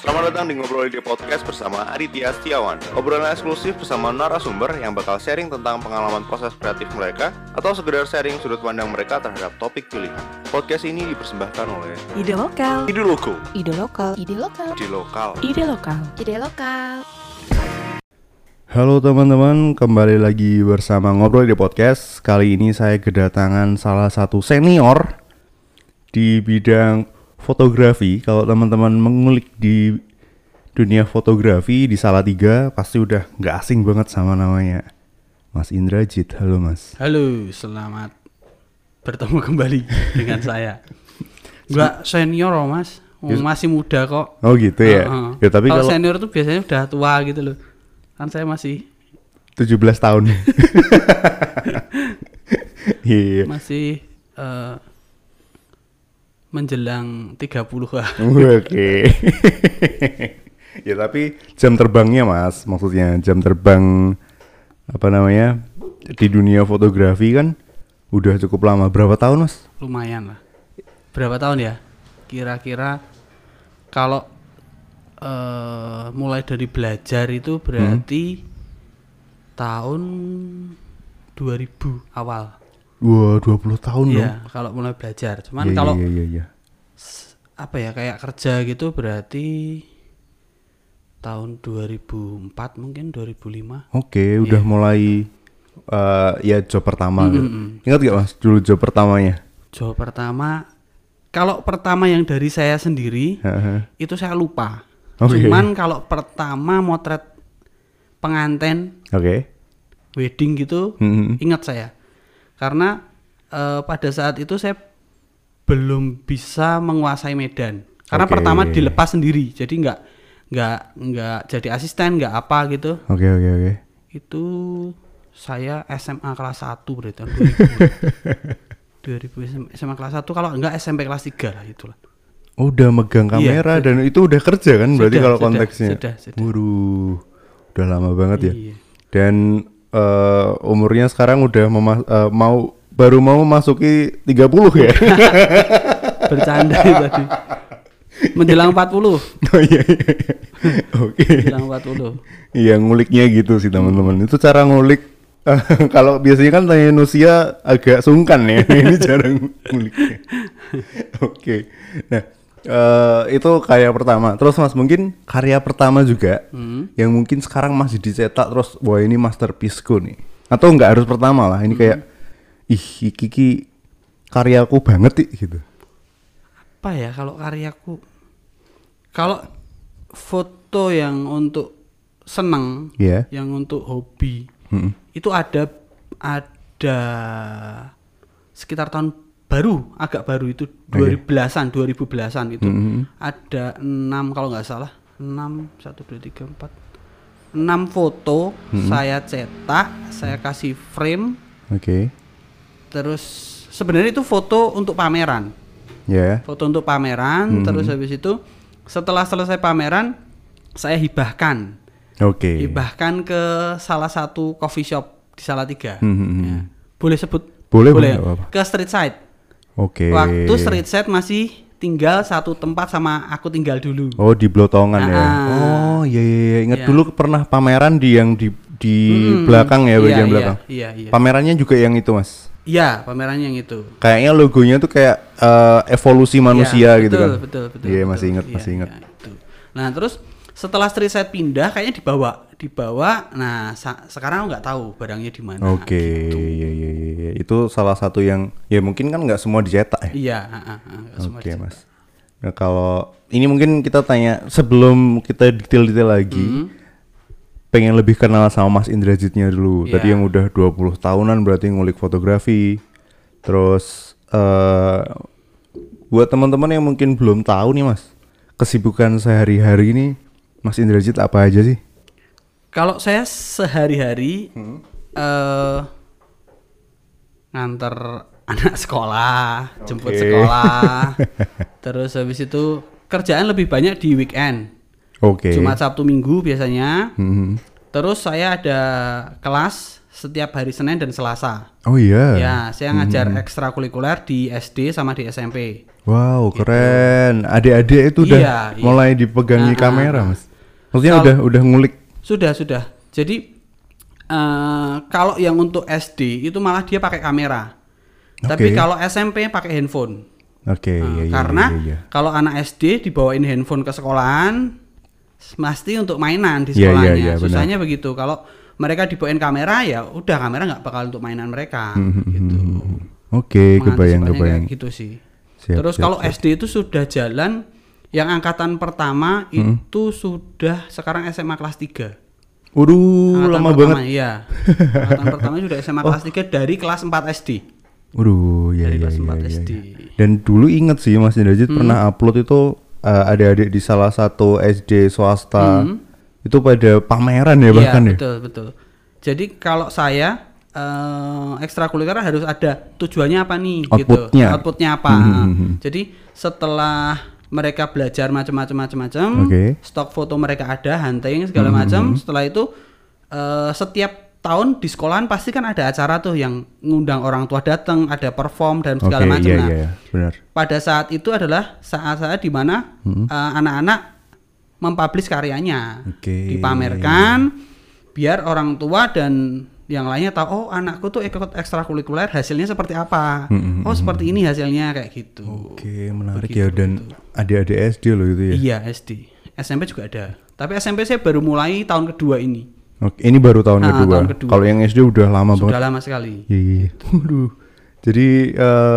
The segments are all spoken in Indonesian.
Selamat datang di Ngobrol Ide Podcast bersama Aditya Setiawan. Obrolan eksklusif bersama narasumber yang bakal sharing tentang pengalaman proses kreatif mereka atau sekedar sharing sudut pandang mereka terhadap topik pilihan. Podcast ini dipersembahkan oleh Ide Lokal. Ide Loko, Ide Lokal. Ide lokal. Ide Lokal. Ide Lokal. Ide lokal. Halo teman-teman, kembali lagi bersama Ngobrol Ide Podcast. Kali ini saya kedatangan salah satu senior di bidang fotografi. Kalau teman-teman mengulik di dunia fotografi di Salatiga, pasti udah nggak asing banget sama namanya Mas Indrajit. Halo Mas. Halo, selamat bertemu kembali dengan saya. Enggak senior loh Mas, masih muda kok. Oh gitu ya. Ya tapi kalau kalau senior tuh biasanya udah tua gitu loh. Kan saya masih 17 tahun. Iya. masih menjelang 30-an. Oke. Ya tapi jam terbangnya Mas, maksudnya jam terbang apa namanya di dunia fotografi kan udah cukup lama. Berapa tahun Mas? Lumayan lah. Berapa tahun ya? Kira-kira kalau mulai dari belajar itu berarti tahun 2000 awal. Wah, 20 tahun dong. Iya, kalau mulai belajar. Cuman Iya, kalau iya. apa ya, kayak kerja gitu berarti tahun 2004 mungkin 2005. Oke, udah Iya. mulai ya job pertama gitu. Ingat gak Mas dulu job pertamanya? Job pertama, kalau pertama yang dari saya sendiri Heeh. itu saya lupa. Oke. Cuman kalau pertama motret pengantin Oke. wedding gitu, ingat saya. Karena pada saat itu saya belum bisa menguasai medan. Karena Oke. pertama dilepas sendiri, jadi nggak jadi asisten, nggak apa gitu. Oke. Itu saya SMA kelas 1 berarti tahun 2000 SMA kelas 1, kalau enggak SMP kelas 3 lah itulah. Oh, udah megang kamera Iya, dan itu udah kerja kan berarti Sudah, kalau sudah, konteksnya. sudah. Waduh, udah lama banget ya. Iya. Dan umurnya sekarang udah baru mau memasuki 30 ya. Bercanda tadi. Menjelang 40. Oh iya. Oke. Menjelang 40. Iya, nguliknya gitu sih teman-teman. Itu cara ngulik. Kalau biasanya kan tanya usia agak sungkan ya. Ini cara nguliknya. Oke. Nah, itu karya pertama. Terus Mas mungkin karya pertama juga yang mungkin sekarang masih dicetak terus, wah ini masterpiece-ku nih. Atau enggak harus pertama lah. Ini kayak iki karyaku banget gitu. Apa ya kalau karyaku? Kalau foto yang untuk seneng, Iya. yang untuk hobi, itu ada sekitar tahun baru, agak baru itu 2010-an itu. Ada 6 kalau nggak salah, 6 foto saya cetak, saya kasih frame. Oke. Terus sebenarnya itu foto untuk pameran. Ya. Foto untuk pameran, terus habis itu setelah selesai pameran saya hibahkan. Oke. Hibahkan ke salah satu coffee shop di Salatiga. Ya. Boleh sebut? Boleh, nggak apa-apa. Ke street side. Oke. Waktu street side masih tinggal satu tempat sama aku tinggal dulu. Oh, di Blotongan ya. Ah. Oh, iya. Ingat Iya. dulu pernah pameran di yang di belakang ya, bagian belakang. Iya. Pamerannya juga yang itu, Mas. Iya, pamerannya yang itu. Kayaknya logonya tuh kayak evolusi manusia Iya, gitu kan. Betul. Iya, masih ingat. Iya, itu. Nah, terus setelah street side pindah kayaknya dibawa. Nah, sekarang nggak tahu barangnya di mana. Oke, gitu. iya. Itu salah satu yang ya mungkin kan nggak semua dicetak ya. Iya, nggak semua Oke, dicetak. Mas. Nah, kalau ini mungkin kita tanya sebelum kita detail-detail lagi. Pengen lebih kenal sama Mas Indrajitnya dulu. Iya. Tadi yang udah 20 tahunan berarti ngulik fotografi. Terus buat teman-teman yang mungkin belum tahu nih Mas, kesibukan sehari-hari ini Mas Indrajit apa aja sih? Kalau saya sehari-hari nganter anak sekolah, jemput sekolah, terus habis itu kerjaan lebih banyak di weekend. Oke. Jumat, Sabtu, Minggu biasanya. Terus saya ada kelas setiap hari Senin dan Selasa. Oh iya. Ya, saya ngajar ekstrakurikuler di SD sama di SMP. Wow, keren. Adik-adik itu udah mulai dipegangi kamera, Mas. Maksudnya udah ngulik. Sudah. Jadi kalau yang untuk SD itu malah dia pakai kamera. Tapi kalau SMP pakai handphone. Karena kalau anak SD dibawain handphone ke sekolahan, pasti untuk mainan di sekolahnya. Susahnya begitu. Kalau mereka dibawain kamera, ya udah kamera nggak bakal untuk mainan mereka. Gitu. Kebayang. Gitu sih. Terus kalau SD itu sudah jalan, yang angkatan pertama itu sudah sekarang SMA kelas 3. Lama banget. Iya. Angkatan pertama sudah SMA kelas 3 dari kelas 4 SD. Dari kelas 4 SD. Dan dulu inget sih Mas Indrajit pernah upload itu adik-adik di salah satu SD swasta itu pada pameran ya bahkan ya. Betul. Jadi kalau saya ekstrakurikuler harus ada tujuannya apa nih outputnya apa. Jadi setelah mereka belajar macam-macam, stok foto mereka ada, hunting segala macam. Setelah itu setiap tahun di sekolahan pasti kan ada acara tuh yang ngundang orang tua datang, ada perform dan segala macam. Benar. Pada saat itu adalah saat-saat di mana anak-anak mempublish karyanya, dipamerkan biar orang tua dan yang lainnya tahu, oh anakku tuh ikut ekstrakurikuler, hasilnya seperti apa. Oh seperti ini hasilnya, kayak gitu. Menarik. Begitu, ya. Dan adik-adik SD loh itu ya. Iya, SD. SMP juga ada. Tapi SMP saya baru mulai tahun kedua ini. Ini baru tahun kedua. Kalau yang SD udah lama banget. Sudah lama sekali. Iya. Jadi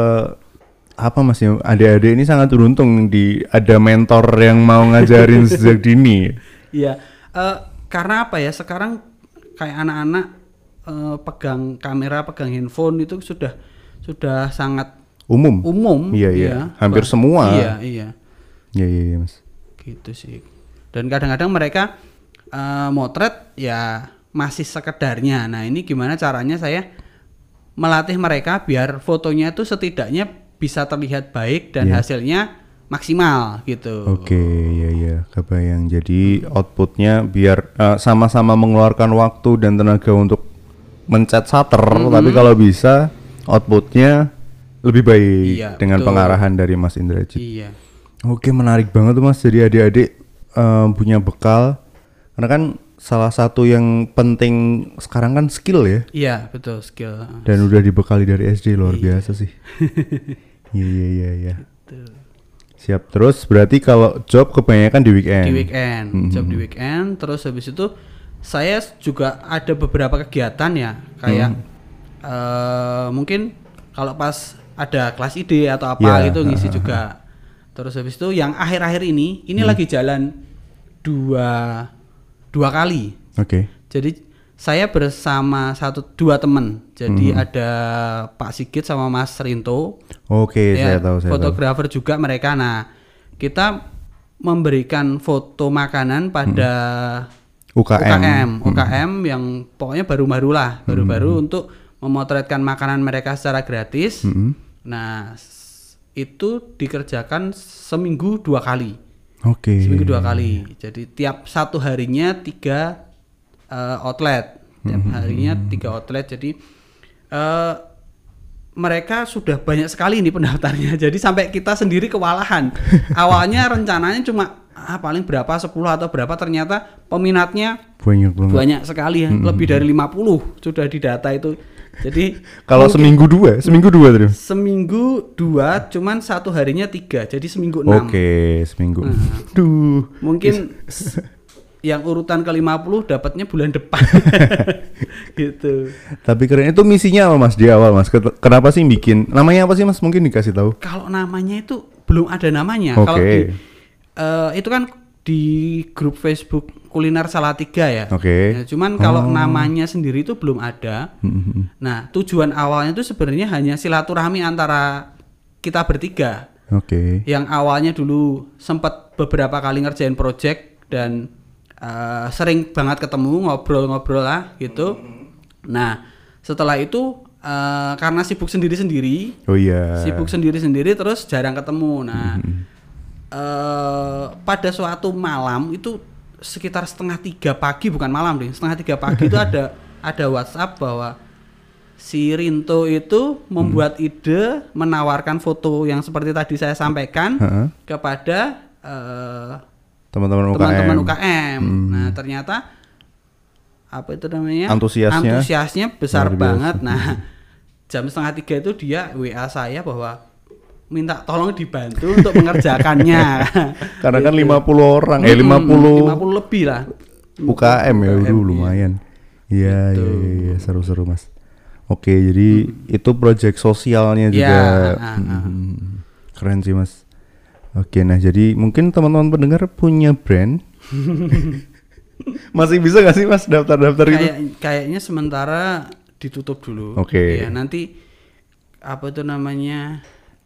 apa Mas ya, adik-adik ini sangat beruntung ada mentor yang mau ngajarin sejak dini. Iya. Karena apa ya, sekarang kayak anak-anak pegang kamera, pegang handphone itu sudah sangat umum. Iya. Hampir semua. Iya, Mas. Gitu sih. Dan kadang-kadang mereka motret ya masih sekedarnya. Nah, ini gimana caranya saya melatih mereka biar fotonya itu setidaknya bisa terlihat baik dan hasilnya maksimal gitu. Iya, kebayang. Jadi outputnya biar sama-sama mengeluarkan waktu dan tenaga untuk mencet shutter, tapi kalau bisa outputnya lebih baik dengan pengarahan dari Mas Indrajit. Iya. Menarik banget tuh Mas. Jadi adik-adik punya bekal, karena kan salah satu yang penting sekarang kan skill ya. Iya, betul, skill. Dan udah dibekali dari SD, luar biasa sih. Iya. Siap. Terus berarti kalau job kebanyakan di weekend. Job di weekend. Terus habis itu saya juga ada beberapa kegiatan ya, kayak mungkin kalau pas ada kelas ide atau apa gitu ngisi juga. Terus habis itu yang akhir-akhir ini lagi jalan dua kali. Jadi saya bersama dua teman. Jadi ada Pak Sigit sama Mas Rinto. Saya tahu. Fotografer juga mereka. Nah, kita memberikan foto makanan pada UKM yang pokoknya baru-baru untuk memotretkan makanan mereka secara gratis. Nah, itu dikerjakan seminggu 2 kali. Seminggu 2 kali. Jadi tiap satu harinya 3 outlet. Tiap harinya 3 outlet. Jadi mereka sudah banyak sekali nih pendaftarnya. Jadi sampai kita sendiri kewalahan. Awalnya rencananya cuma paling berapa 10 atau berapa, ternyata peminatnya banyak sekali ya. Lebih dari 50 sudah didata itu. Jadi kalau seminggu dua terus. Seminggu 2, cuman satu harinya 3. Jadi seminggu 6. Seminggu. Mungkin yang urutan ke-50 dapatnya bulan depan. Gitu. Tapi keren. Itu misinya apa Mas di awal Mas? Kenapa sih bikin? Namanya apa sih Mas? Mungkin dikasih tahu. Kalau namanya itu belum ada namanya. Kalau itu kan di grup Facebook Kuliner Salatiga ya. Ya, cuman kalau namanya sendiri itu belum ada. Nah, tujuan awalnya itu sebenarnya hanya silaturahmi antara kita bertiga. Yang awalnya dulu sempat beberapa kali ngerjain project dan sering banget ketemu, ngobrol-ngobrol lah gitu. Nah, setelah itu karena sibuk sendiri-sendiri. Sibuk sendiri-sendiri terus jarang ketemu. Nah, pada suatu malam itu sekitar 2:30 pagi, bukan malam deh, 2:30 pagi itu ada ada WhatsApp bahwa si Rinto itu membuat ide menawarkan foto yang seperti tadi saya sampaikan kepada teman-teman UKM. Nah, ternyata apa itu namanya? Antusiasnya besar banget. Nah, jam 2:30 itu dia WA saya bahwa minta tolong dibantu untuk mengerjakannya. Karena kan 50 orang, 50 lebih lah. UKM ya, lumayan. Iya, seru-seru Mas. Oke, jadi itu proyek sosialnya juga. Keren sih Mas. Oke, nah jadi mungkin teman-teman pendengar punya brand. Masih bisa gak sih Mas daftar-daftar gitu? Kayaknya sementara ditutup dulu. Oke. Ya, nanti apa itu namanya?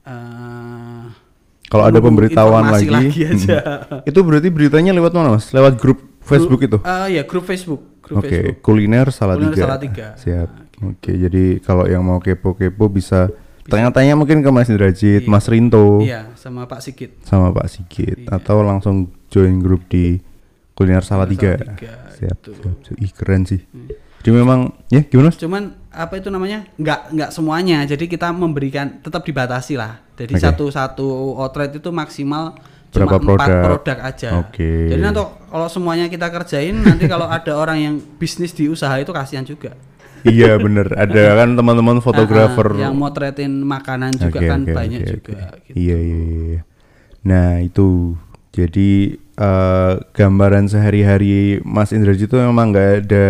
Kalau ada pemberitahuan lagi aja. Itu berarti beritanya lewat mana Mas? Lewat grup Facebook itu? Ya grup Facebook. Oke, Kuliner Salatiga. Siap. Oke, jadi kalau yang mau kepo-kepo bisa tanya-tanya mungkin ke Mas Indrajit, Mas Rinto. Iya, sama Pak Sigit. Atau langsung join grup di Kuliner Salatiga. Siap. Ih, keren sih. Jadi memang ya gimana Mas? Cuman apa itu namanya? Enggak semuanya. Jadi kita memberikan tetap dibatasi lah. Jadi satu outlet itu maksimal cuma 4 produk aja. Jadi nanti kalau semuanya kita kerjain nanti kalau ada orang yang bisnis di usaha itu kasihan juga. Iya bener, ada kan teman-teman fotografer yang motretin makanan juga banyak juga. Gitu. Iya. Nah itu jadi gambaran sehari-hari Mas Indrajit itu memang nggak ada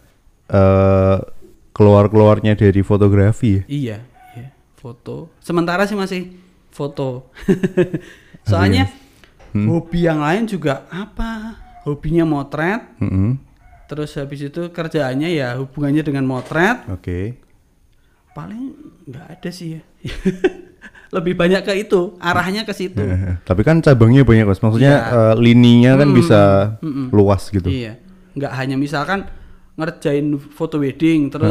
keluarnya dari fotografi. Iya, foto. Sementara sih masih foto. Soalnya hobi yang lain juga apa? Hobinya motret. Terus habis itu kerjaannya ya hubungannya dengan motret. Paling nggak ada sih ya. Lebih banyak ke itu, arahnya ke situ. Tapi kan cabangnya banyak Mas. Maksudnya lininya kan bisa luas gitu. Iya. Nggak hanya misalkan ngerjain foto wedding terus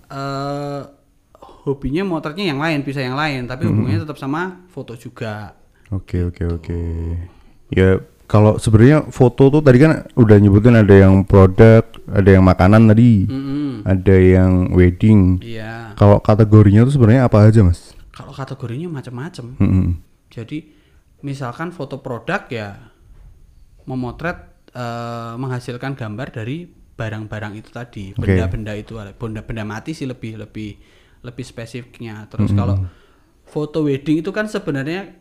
hobinya motretnya yang lain, bisa yang lain, tapi hubungannya tetap sama foto juga. Oke. Ya kalau sebenarnya foto tuh tadi kan udah nyebutin ada yang produk, ada yang makanan tadi, ada yang wedding. Iya. Kalau kategorinya tuh sebenarnya apa aja Mas? Kalau kategorinya macam-macam. Jadi misalkan foto produk ya memotret menghasilkan gambar dari barang-barang itu tadi, benda-benda itu, benda mati sih lebih spesifiknya. Terus kalau foto wedding itu kan sebenarnya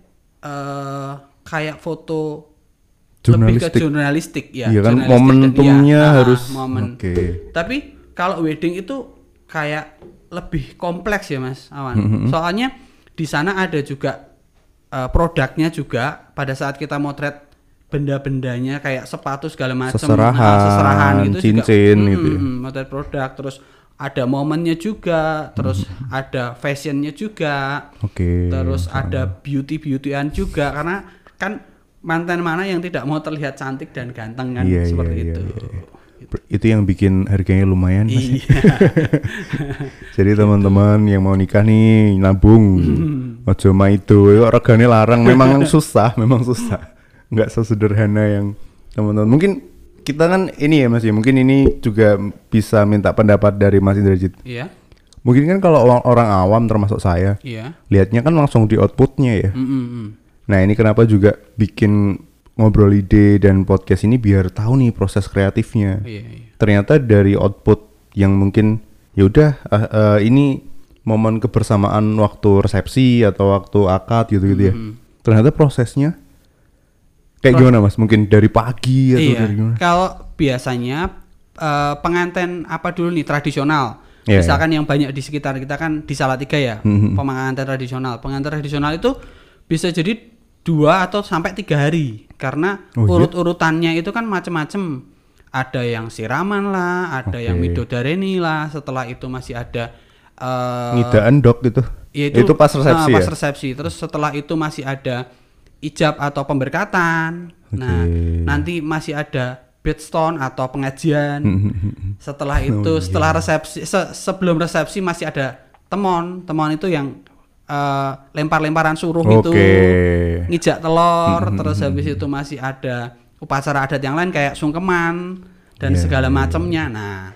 kayak foto lebih ke jurnalistik ya. Iya kan momentumnya harus momen. Tapi kalau wedding itu kayak lebih kompleks ya Mas Awan. Soalnya di sana ada juga produknya juga pada saat kita motret benda-bendanya kayak sepatu segala macam, seserahan gitu, cincin gitu. Motret produk, terus ada momennya juga, terus ada fashionnya juga, terus ada beautyan juga, karena kan mantan mana yang tidak mau terlihat cantik dan ganteng kan, seperti itu. Itu yang bikin harganya lumayan Mas. Jadi teman-teman yang mau nikah nih nabung, ojo maido, regane larang, memang susah, nggak sesederhana yang teman-teman. Mungkin kita kan ini ya Mas ya, mungkin ini juga bisa minta pendapat dari Mas Indrajit. Iya. Mungkin kan kalau orang awam termasuk saya, lihatnya kan langsung di outputnya ya. Nah ini kenapa juga bikin ngobrol ide dan podcast ini biar tahu nih proses kreatifnya. Ternyata dari output yang mungkin ya udah ini momen kebersamaan waktu resepsi atau waktu akad gitu ya. Ternyata prosesnya kayak gimana Mas? Mungkin dari pagi atau dari gimana? Kalau biasanya pengantin apa dulu nih tradisional. Misalkan yang banyak di sekitar kita kan di Salatiga ya, pengantin tradisional. Pengantin tradisional itu bisa jadi 2 atau sampai 3 hari karena urut-urutannya itu kan macam-macam. Ada yang siraman lah, ada yang midodareni lah. Setelah itu masih ada ngidaan dok gitu. Itu pas resepsi pas resepsi. Terus setelah itu masih ada ijab atau pemberkatan. Nah, nanti masih ada bedstone atau pengajian. Setelah itu, setelah resepsi, sebelum resepsi masih ada temon. Temon itu yang lempar-lemparan suruh itu, ngijak telur. Terus habis itu masih ada upacara adat yang lain kayak sungkeman dan segala macamnya. Nah,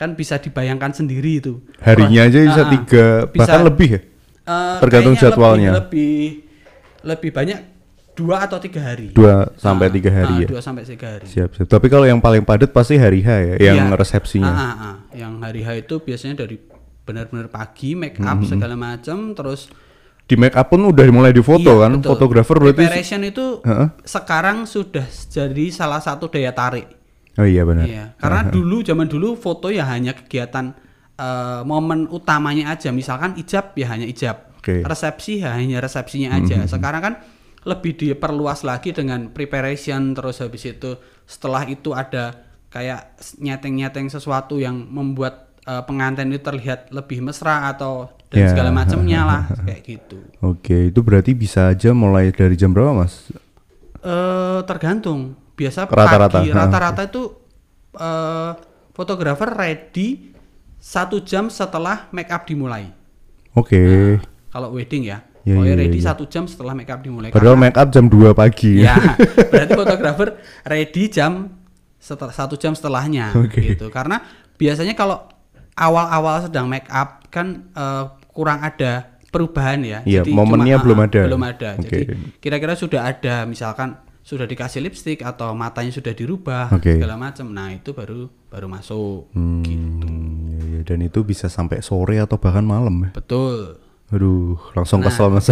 kan bisa dibayangkan sendiri itu. Harinya aja bisa 3 bahkan lebih ya. Tergantung jadwalnya. Lebih banyak 2 atau 3 hari. 2 sampai 3 hari ya. 2 sampai 3 hari. Siap. Tapi kalau yang paling padat pasti hari H ya, yang resepsinya. Yang hari H itu biasanya dari benar-benar pagi make up segala macam, terus di make up pun udah mulai difoto kan, fotografer berarti. Preparation itu sekarang sudah jadi salah satu daya tarik. Oh iya benar. Iya, karena zaman dulu foto ya hanya kegiatan momen utamanya aja, misalkan ijab ya hanya ijab, resepsi ya hanya resepsinya aja. Sekarang kan lebih diperluas lagi dengan preparation, terus habis itu setelah itu ada kayak nyeteng sesuatu yang membuat pengantin itu terlihat lebih mesra atau dan segala macamnya lah kayak gitu. Oke, itu berarti bisa aja mulai dari jam berapa Mas? Tergantung. Biasa rata-rata. Pagi rata-rata itu fotografer ready 1 jam setelah make up dimulai. Oke. Kalau wedding ya. Ready 1 jam setelah make up dimulai. Padahal make up jam 2 pagi. Ya, berarti fotografer ready 1 jam setelahnya gitu. Karena biasanya kalau awal-awal sedang make up kan kurang ada perubahan ya. Iya, jadi momennya belum ada. Jadi kira-kira sudah ada, misalkan sudah dikasih lipstick atau matanya sudah dirubah segala macam. Nah, itu baru masuk gitu. Ya, dan itu bisa sampai sore atau bahkan malam ya. Betul. Aduh, langsung kesel Mas.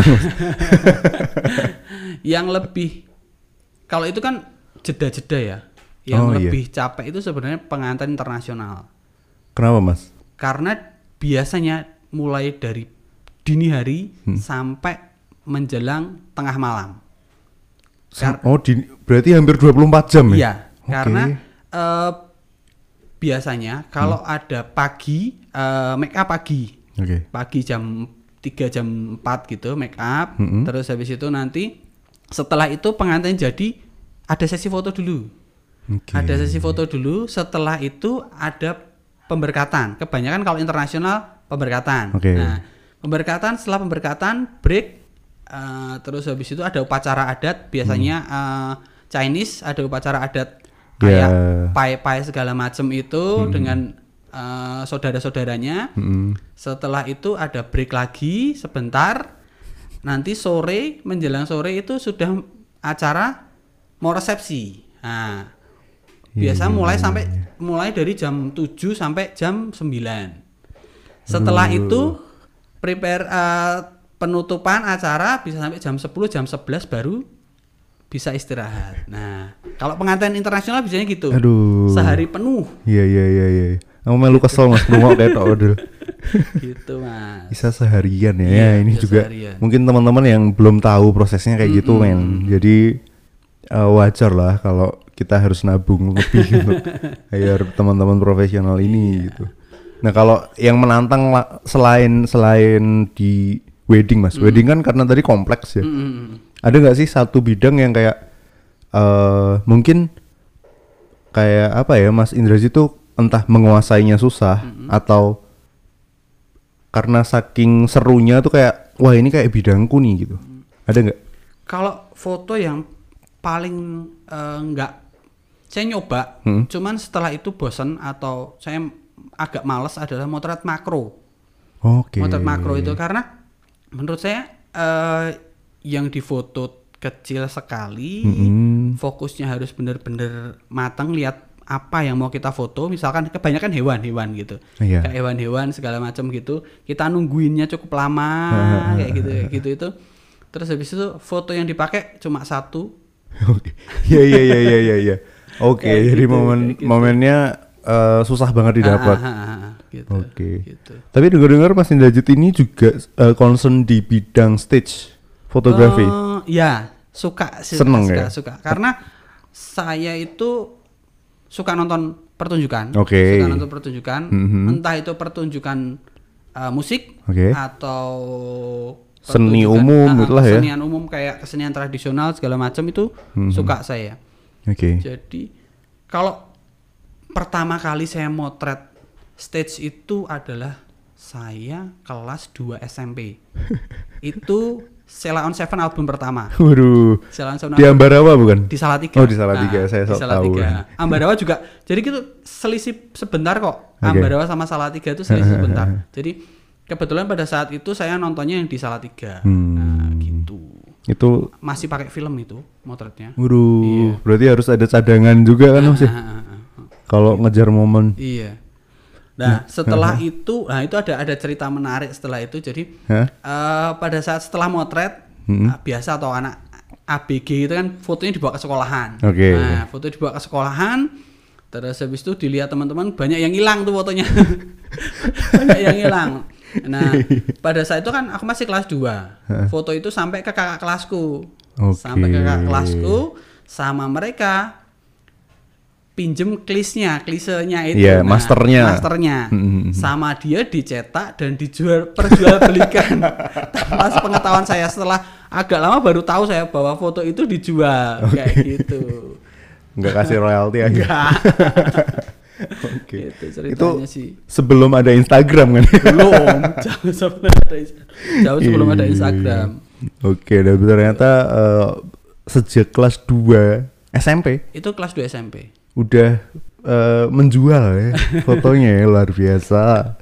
Yang lebih kalau itu kan jeda-jeda ya. Yang lebih capek itu sebenarnya pengantin internasional. Kenapa Mas? Karena biasanya mulai dari dini hari sampai menjelang tengah malam. Berarti hampir 24 jam ya? Iya, karena biasanya kalau ada pagi, make up pagi. Pagi jam 3 jam 4 gitu make up, terus habis itu nanti setelah itu pengantin jadi ada sesi foto dulu. Ada sesi foto dulu, setelah itu ada pemberkatan. Kebanyakan kalau internasional pemberkatan. Nah, setelah pemberkatan break, terus habis itu ada upacara adat. Biasanya Chinese ada upacara adat kayak pai-pai segala macam itu dengan saudara-saudaranya. Setelah itu ada break lagi sebentar. Nanti sore, menjelang sore itu sudah acara mau resepsi. Nah, biasa mulai dari jam 7 sampai jam 9. Setelah itu prepare penutupan acara bisa sampai jam 10, jam 11 baru bisa istirahat. Nah, kalau pengantin internasional biasanya gitu. Sehari penuh. Iya. Aku melu kesel Mas, ngomong kayak tok udah. Gitu Mas. Bisa seharian ya. Iya, ini juga seharian. Mungkin teman-teman yang belum tahu prosesnya kayak gitu men. Jadi wajar lah kalau kita harus nabung lebih untuk hire teman-teman profesional ini gitu. Nah, kalau yang menantang selain di wedding Mas. Wedding kan karena tadi kompleks ya. Ada nggak sih satu bidang yang kayak mungkin kayak apa ya Mas Indraji tuh entah menguasainya susah atau karena saking serunya tuh kayak wah ini kayak bidangku nih gitu. Ada nggak? Kalau foto yang paling nggak saya nyoba, cuman setelah itu bosan atau saya agak malas adalah motret makro. Motret makro itu karena menurut saya yang difoto kecil sekali, fokusnya harus benar-benar matang, lihat apa yang mau kita foto. Misalkan kebanyakan hewan-hewan gitu, kayak hewan-hewan segala macam gitu, kita nungguinnya cukup lama kayak gitu itu. Terus habis itu foto yang dipakai cuma 1. Iya. Jadi momennya susah banget didapat. Gitu. Gitu. Tapi dengar-dengar Mas Indrajit ini juga concern di bidang stage fotografi. Ya, suka. Karena saya itu suka nonton pertunjukan. Suka nonton pertunjukan. Entah itu pertunjukan musik atau seni umum itulah ya. Kesenian umum kayak kesenian tradisional segala macam itu suka saya. Jadi kalau pertama kali saya motret stage itu adalah saya kelas 2 SMP. Itu Sheila on 7 album pertama. Waduh. Sheila on 7 Di Ambarawa bukan? Di Salatiga. Oh, di Salatiga. Saya sok tahu. Ambarawa juga. Jadi gitu selisih sebentar kok. Ambarawa sama Salatiga itu selisih sebentar. Jadi kebetulan pada saat itu saya nontonnya yang di Salatiga. Nah, gitu. Itu masih pakai film itu motretnya. Waduh, iya. Berarti harus ada cadangan juga kan Mas ya? Kalau ngejar momen. Iya. Nah, setelah itu, nah itu ada cerita menarik setelah itu. Jadi pada saat setelah motret biasa atau anak ABG itu kan fotonya dibawa ke sekolahan. Okay. Nah, foto dibawa ke sekolahan. Terus habis itu dilihat teman-teman banyak yang hilang tuh fotonya. Banyak yang hilang. Nah, pada saat itu kan aku masih kelas 2. Foto itu sampai ke kakak kelasku. Sampai ke kakak kelasku sama mereka pinjem klisenya itu. Yeah, masternya. Sama dia dicetak dan perjualbelikan. Tanpa pengetahuan saya, setelah agak lama baru tahu saya bahwa foto itu dijual. Kayak gitu. Enggak kasih royalti aja. Enggak. Oke. Itu ceritanya sih. Sebelum ada Instagram kan? Belum. Jauh sebelum ada Instagram. Oke, dan ternyata sejak kelas 2 SMP. Itu kelas 2 SMP. Udah menjual ya fotonya ya, luar biasa.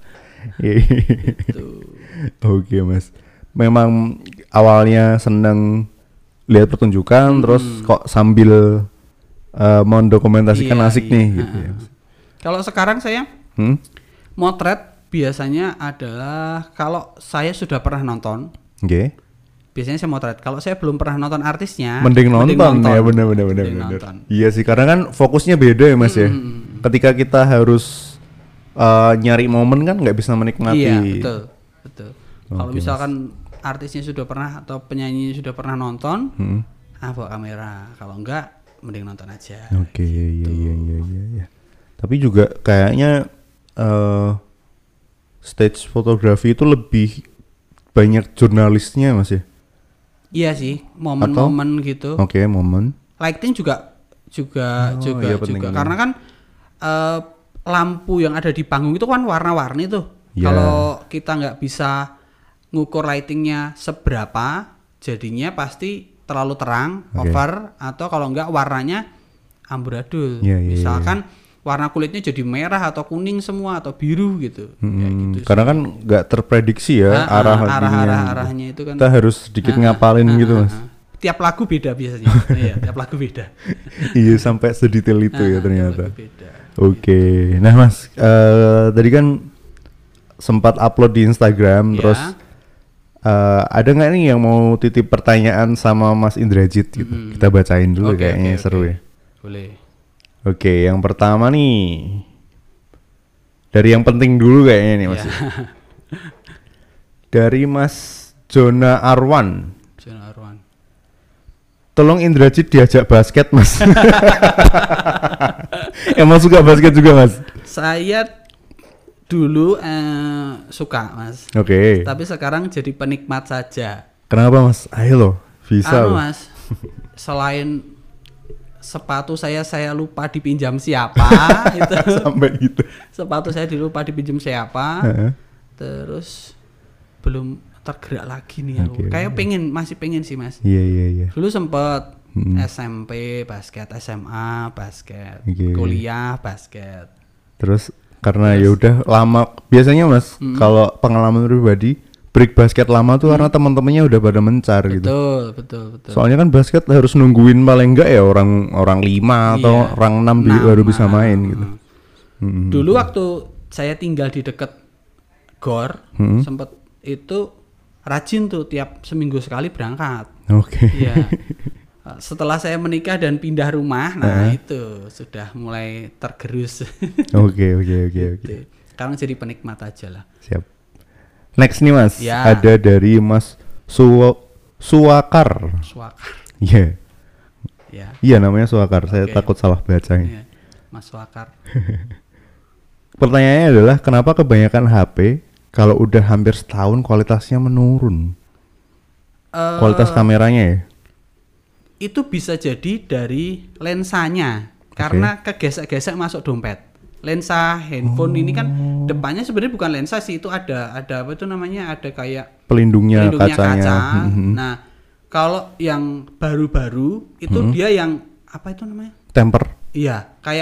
Oke Mas, memang awalnya seneng lihat pertunjukan, terus kok sambil mendokumentasikan asik nih gitu ya. Kalau sekarang saya motret biasanya adalah kalau saya sudah pernah nonton. Biasanya saya motret. Kalau saya belum pernah nonton artisnya, mending nonton. Ya benar. Iya sih, karena kan fokusnya beda ya Mas ya. Ketika kita harus nyari momen kan nggak bisa menikmati. Iya, betul. Kalau misalkan artisnya sudah pernah atau penyanyi sudah pernah nonton, bawa kamera. Kalau enggak, mending nonton aja. Oke, gitu. Iya. Tapi juga kayaknya stage fotografi itu lebih banyak jurnalisnya Mas ya. Iya sih, momen-momen gitu. Oke, momen. Lighting juga karena kan lampu yang ada di panggung itu kan warna-warni tuh. Kalau kita nggak bisa ngukur lightingnya seberapa, jadinya pasti terlalu terang, over, atau kalau nggak warnanya amburadul. Misalkan warna kulitnya jadi merah atau kuning semua atau biru gitu. Kayak gitu. Karena kan nggak terprediksi ya arahnya itu kan. Kita harus sedikit ngapalin gitu Mas. Tiap lagu beda biasanya. Iya, tiap lagu beda. Iya, sampai sedetail itu ya ternyata. Oke. Nah Mas, tadi kan sempat upload di Instagram, terus ada nggak nih yang mau titip pertanyaan sama Mas Indrajit gitu? Kita bacain dulu kayaknya seru ya. Boleh. Oke, yang pertama nih dari yang penting dulu kayaknya nih Mas. Dari Mas Jona Arwan. Tolong Indrajit diajak basket Mas. Emang suka basket juga Mas? Saya dulu suka Mas. Oke. Tapi sekarang jadi penikmat saja. Kenapa Mas? Ayo loh, bisa loh. Mas, selain sepatu saya lupa dipinjam siapa itu. Sampai gitu. Sepatu saya lupa dipinjam siapa. Terus belum tergerak lagi nih aku. Kayak masih pengen sih Mas. Iya. Dulu sempet SMP basket, SMA basket, kuliah basket. Terus karena ya udah lama biasanya Mas kalau pengalaman pribadi break basket lama tuh karena teman-temannya udah pada mencar gitu. Betul. Soalnya kan basket harus nungguin paling enggak ya orang 5 atau orang 6 baru bisa main gitu. Dulu waktu saya tinggal di dekat GOR, sempet itu rajin tuh tiap seminggu sekali berangkat. Iya. Setelah saya menikah dan pindah rumah, nah itu sudah mulai tergerus. Oke. Sekarang jadi penikmat aja lah. Siap. Next nih Mas, ada dari Mas Suwakar. Iya. Iya namanya Suwakar. Saya takut salah bacanya. Mas Suwakar. Pertanyaannya adalah kenapa kebanyakan HP kalau udah hampir setahun kualitasnya menurun? Kualitas kameranya ya? Itu bisa jadi dari lensanya karena kegesek-gesek masuk dompet. lensa handphone ini kan depannya sebenarnya bukan lensa sih, itu ada apa itu namanya, ada kayak pelindungnya kacanya. Kaca. Nah, kalau yang baru-baru itu dia yang apa itu namanya? Temper. Iya, kayak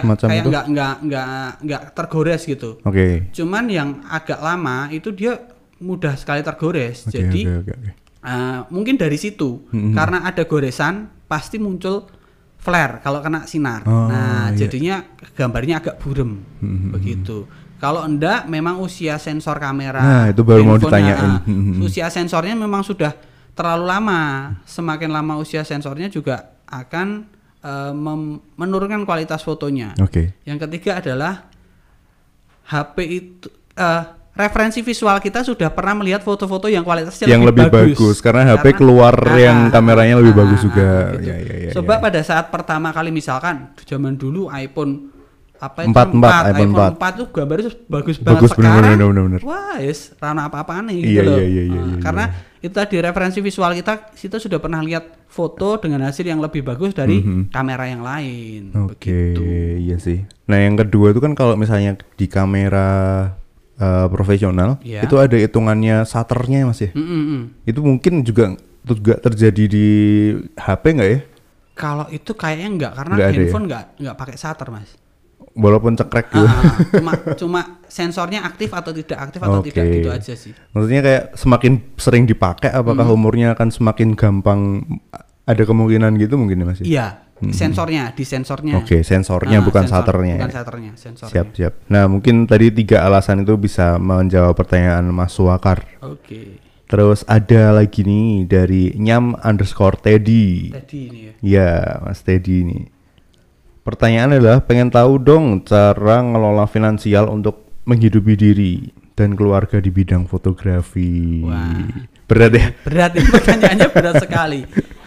nggak tergores gitu. Oke. Cuman yang agak lama itu dia mudah sekali tergores. Jadi mungkin dari situ karena ada goresan pasti muncul flare kalau kena sinar. Jadinya gambarnya agak buram begitu. Kalau enggak memang usia sensor kamera. Nah, itu baru mau ditanyain. Usia sensornya memang sudah terlalu lama. Semakin lama usia sensornya juga akan menurunkan kualitas fotonya. Yang ketiga adalah HP itu referensi visual kita sudah pernah melihat foto-foto yang kualitasnya lebih bagus karena HP keluar yang kameranya lebih bagus juga. Gitu. Coba pada saat pertama kali misalkan zaman dulu iPhone apa itu 4 iPhone 4 tuh gambarnya bagus banget sekarang. Bener. Wah, rana apa-apaan nih gitu loh. Karena itu tadi referensi visual kita sudah pernah lihat foto dengan hasil yang lebih bagus dari kamera yang lain. Begitu. Iya sih. Nah, yang kedua itu kan kalau misalnya di kamera profesional itu ada hitungannya shutternya Mas ya. Itu mungkin juga terjadi di HP nggak ya? Kalau itu kayaknya enggak karena handphone nggak pakai shutter Mas. Walaupun cekrek gitu. Cuma sensornya aktif atau tidak aktif atau tidak gitu aja sih. Maksudnya kayak semakin sering dipakai apakah umurnya akan semakin gampang, ada kemungkinan gitu mungkin ya Mas? Iya, sensornya. Sensornya bukan shutternya. Bukan shutternya, sensornya. Siap. Nah, mungkin tadi 3 alasan itu bisa menjawab pertanyaan Mas Suwakar. Terus ada lagi nih dari Nyam_Teddy. Teddy ini ya. Iya, Mas Teddy ini. Pertanyaan adalah pengen tahu dong cara ngelola finansial untuk menghidupi diri dan keluarga di bidang fotografi. Wah. Berat ya? Berat, ini pertanyaannya berat sekali.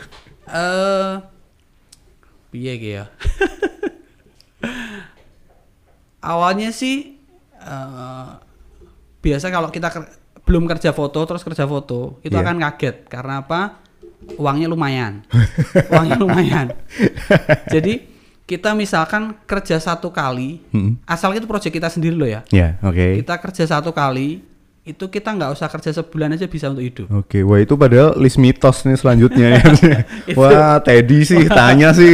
Piye ya? Awalnya sih biasa kalau kita belum kerja foto terus kerja foto itu akan kaget karena apa? Uangnya lumayan. Jadi kita misalkan kerja 1 kali, asal itu proyek kita sendiri loh ya. Kita kerja 1 kali, itu kita nggak usah kerja sebulan aja bisa untuk hidup. Wah itu padahal list mitos nih selanjutnya ya. Wah Teddy sih tanya sih.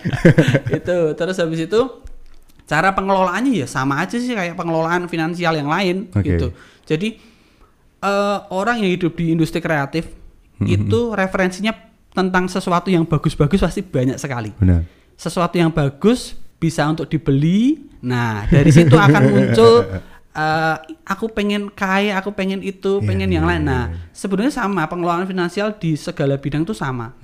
Itu terus habis itu cara pengelolaannya ya sama aja sih kayak pengelolaan finansial yang lain gitu. Jadi orang yang hidup di industri kreatif itu referensinya tentang sesuatu yang bagus-bagus pasti banyak sekali. Benar. Sesuatu yang bagus bisa untuk dibeli. Nah dari situ akan muncul aku pengen kaya, aku pengen itu, pengen yang lain. Nah sebenarnya sama pengelolaan finansial di segala bidang itu sama.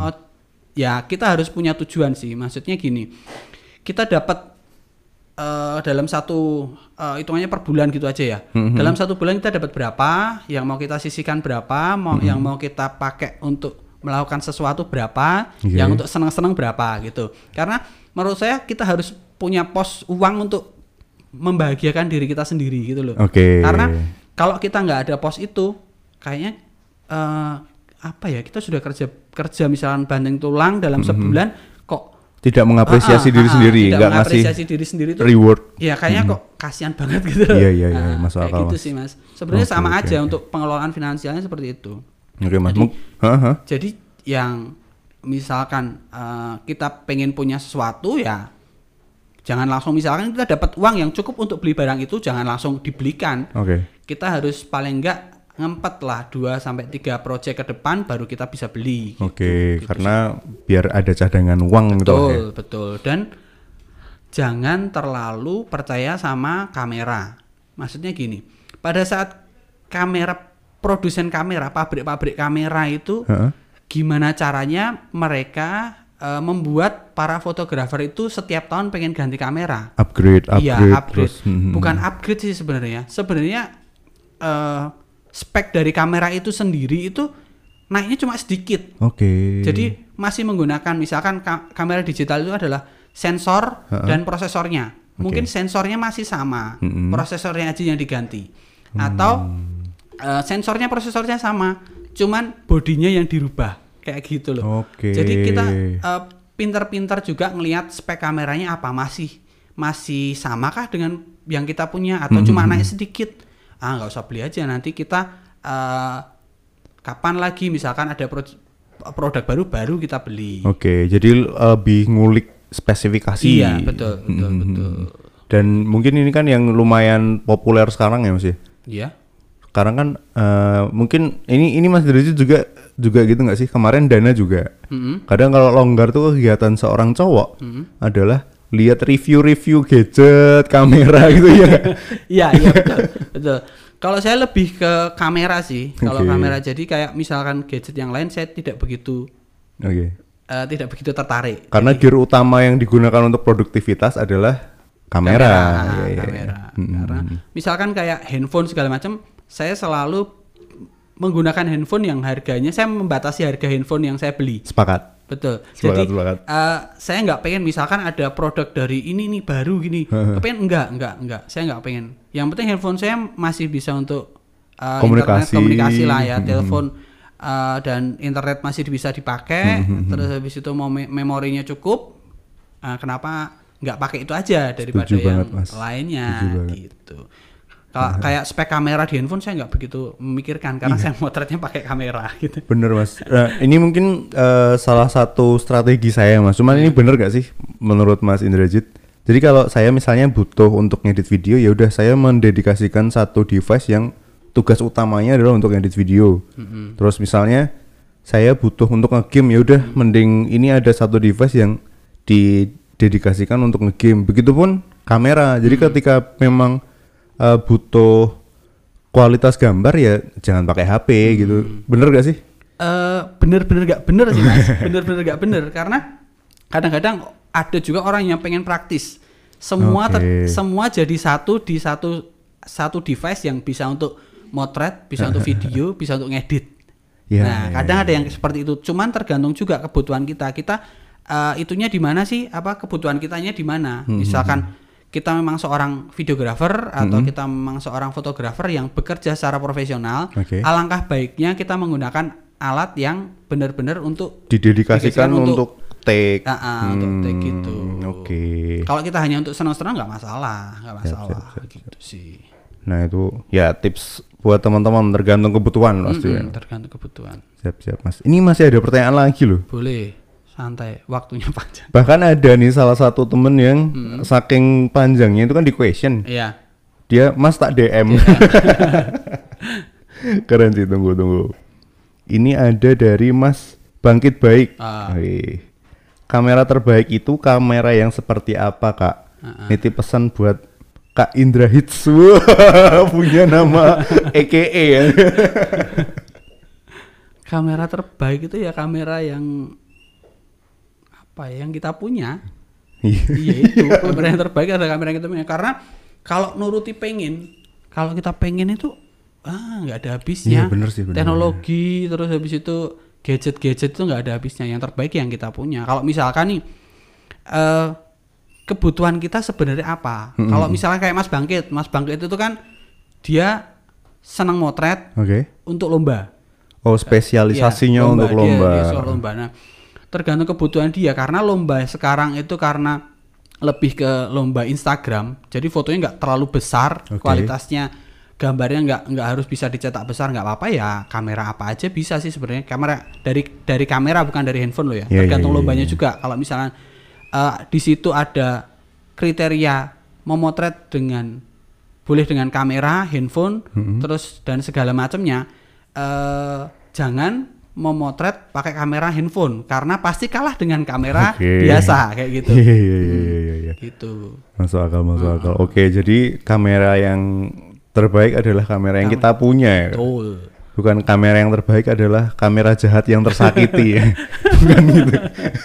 Ya kita harus punya tujuan sih. Maksudnya gini, kita dapat dalam satu hitungannya per bulan gitu aja ya. Dalam 1 bulan kita dapat berapa, yang mau kita sisihkan berapa, yang mau kita pakai untuk melakukan sesuatu berapa, yang untuk senang-senang berapa gitu. Karena menurut saya kita harus punya pos uang untuk membahagiakan diri kita sendiri gitu loh. Karena kalau kita nggak ada pos itu, kayaknya kita sudah kerja misalkan banting tulang dalam sebulan kok tidak mengapresiasi diri sendiri, nggak ngasih diri sendiri tuh reward. Ya kayaknya kok kasihan banget gitu. Iya, masuk akal. Gitu sih Mas. Sebenarnya sama aja untuk pengelolaan finansialnya seperti itu. Mas. Jadi yang misalkan kita pengen punya sesuatu ya jangan langsung misalkan kita dapat uang yang cukup untuk beli barang itu jangan langsung dibelikan. Kita harus paling enggak ngempet lah 2-3 proyek ke depan baru kita bisa beli. Gitu karena biar ada cadangan uang gitu. Betul. Dan jangan terlalu percaya sama kamera. Maksudnya gini, pada saat produsen kamera, pabrik-pabrik kamera itu gimana caranya mereka membuat para fotografer itu setiap tahun pengen ganti kamera. Upgrade. Terus, bukan upgrade sih sebenarnya. Sebenarnya spek dari kamera itu sendiri itu naiknya cuma sedikit. Jadi masih menggunakan misalkan kamera digital itu adalah sensor dan prosesornya. Mungkin sensornya masih sama, prosesornya aja yang diganti. Atau sensornya prosesornya sama, cuman bodinya yang dirubah kayak gitu loh. Jadi kita pintar-pintar juga ngelihat spek kameranya apa, masih masih samakah dengan yang kita punya atau cuma naik sedikit? Nggak usah beli aja, nanti kita kapan lagi misalkan ada produk baru kita beli. Oke, jadi lebih ngulik spesifikasi. Iya, betul. Dan mungkin ini kan yang lumayan populer sekarang ya Mas ya? Iya. Sekarang kan mungkin ini Mas Derajat juga gitu nggak sih? Kemarin Dana juga. Kadang kalau longgar tuh kegiatan seorang cowok adalah lihat review gadget, kamera gitu ya. Iya betul. Kalau saya lebih ke kamera sih. Kalau kamera, jadi kayak misalkan gadget yang lain saya tidak begitu tidak begitu tertarik. Karena gear utama yang digunakan untuk produktivitas adalah kamera. Karena misalkan kayak handphone segala macam, saya selalu menggunakan handphone yang harganya, saya membatasi harga handphone yang saya beli. Sepakat. Betul. Sepakat. Saya nggak pengen misalkan ada produk dari ini nih baru gini. Pengen enggak. Saya nggak pengen. Yang penting handphone saya masih bisa untuk komunikasi lah ya, telepon dan internet masih bisa dipakai. Terus habis itu memorinya cukup. Kenapa nggak pakai itu aja daripada Setuju yang banget, lainnya gitu. Kayak spek kamera di handphone saya nggak begitu memikirkan karena saya motretnya pakai kamera gitu. Bener Mas. Ini mungkin salah satu strategi saya Mas. Cuman ini bener gak sih menurut Mas Indrajit? Jadi kalau saya misalnya butuh untuk ngedit video, ya udah saya mendedikasikan satu device yang tugas utamanya adalah untuk ngedit video. Terus misalnya saya butuh untuk nge-game, ya udah mending ini ada satu device yang didedikasikan untuk nge-game. Begitupun kamera. Jadi ketika memang butuh kualitas gambar ya jangan pakai HP gitu. Bener gak sih? Bener gak bener sih Mas. Bener gak bener karena kadang-kadang ada juga orang yang pengen praktis. Semua jadi satu di satu device yang bisa untuk motret, bisa untuk video, bisa untuk ngedit. Kadang ada yang seperti itu. Cuman tergantung juga kebutuhan kita. Itunya di mana sih? Kebutuhan kitanya di mana? Misalkan kita memang seorang videografer atau kita memang seorang fotografer yang bekerja secara profesional, alangkah baiknya kita menggunakan alat yang benar-benar untuk didedikasikan untuk take. Untuk take gitu. Kalau kita hanya untuk senang-senang nggak masalah. Siap. Gitu sih. Nah itu ya tips buat teman-teman, tergantung kebutuhan pasti. Tergantung kebutuhan. Siap Mas. Ini masih ada pertanyaan lagi loh. Boleh. Santai, waktunya panjang. Bahkan ada nih salah satu temen yang saking panjangnya itu kan di question. Iya. Dia Mas tak DM. Keren sih, tunggu. Ini ada dari Mas Bangkit Baik. Kamera terbaik itu kamera yang seperti apa Kak? Nitip pesan buat Kak Indra Hits. Punya nama EKE ya. Kamera terbaik itu ya kamera yang yang kita punya. Iya itu kamera yang terbaik adalah kamera yang kita punya. Karena kalau nuruti kalau kita pengen itu nggak ada habisnya. Bener sih, teknologi terus habis itu gadget itu nggak ada habisnya. Yang terbaik yang kita punya. Kalau misalkan nih kebutuhan kita sebenarnya apa? Kalau misalnya kayak Mas Bangkit itu kan dia senang motret untuk lomba. Spesialisasinya untuk lomba. Dia soal lomba. Nah, tergantung kebutuhan dia karena lomba sekarang itu karena lebih ke lomba Instagram, jadi fotonya nggak terlalu besar, kualitasnya gambarnya nggak harus bisa dicetak besar, nggak apa-apa ya kamera apa aja bisa sih sebenarnya, kamera dari kamera bukan dari handphone loh ya. Tergantung lombanya juga. Kalau misalnya di situ ada kriteria memotret boleh dengan kamera, handphone, terus dan segala macamnya, jangan memotret pakai kamera handphone karena pasti kalah dengan kamera biasa kayak gitu. Iya. Gitu. Masuk akal. Oke, jadi kamera yang terbaik adalah kamera yang kita punya. Betul. Bukan kamera yang terbaik adalah kamera jahat yang tersakiti ya. Bukan gitu.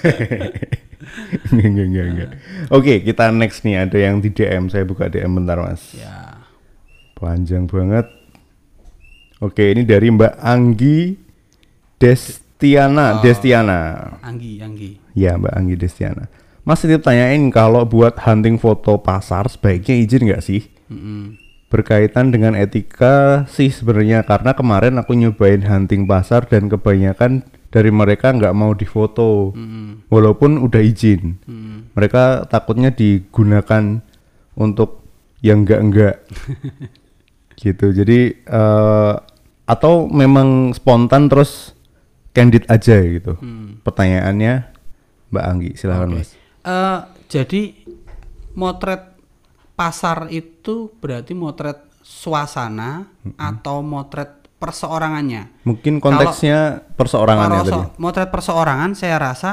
Enggak. Oke, kita next nih, ada yang di DM. Saya buka DM bentar Mas. Ya. Panjang banget. Oke, ini dari Mbak Anggi Destiana. Anggi. Ya, Mbak Anggi Destiana. Mas titip tanyain kalau buat hunting foto pasar sebaiknya izin nggak sih? Berkaitan dengan etika sih sebenarnya, karena kemarin aku nyobain hunting pasar dan kebanyakan dari mereka nggak mau difoto, walaupun udah izin. mereka takutnya digunakan untuk yang enggak gitu. Jadi atau memang spontan terus candid aja gitu. Pertanyaannya Mbak Anggi, silakan Mas. Jadi motret pasar itu berarti motret suasana atau motret perseorangannya. Mungkin konteksnya perseorangannya tadi. Motret perseorangan saya rasa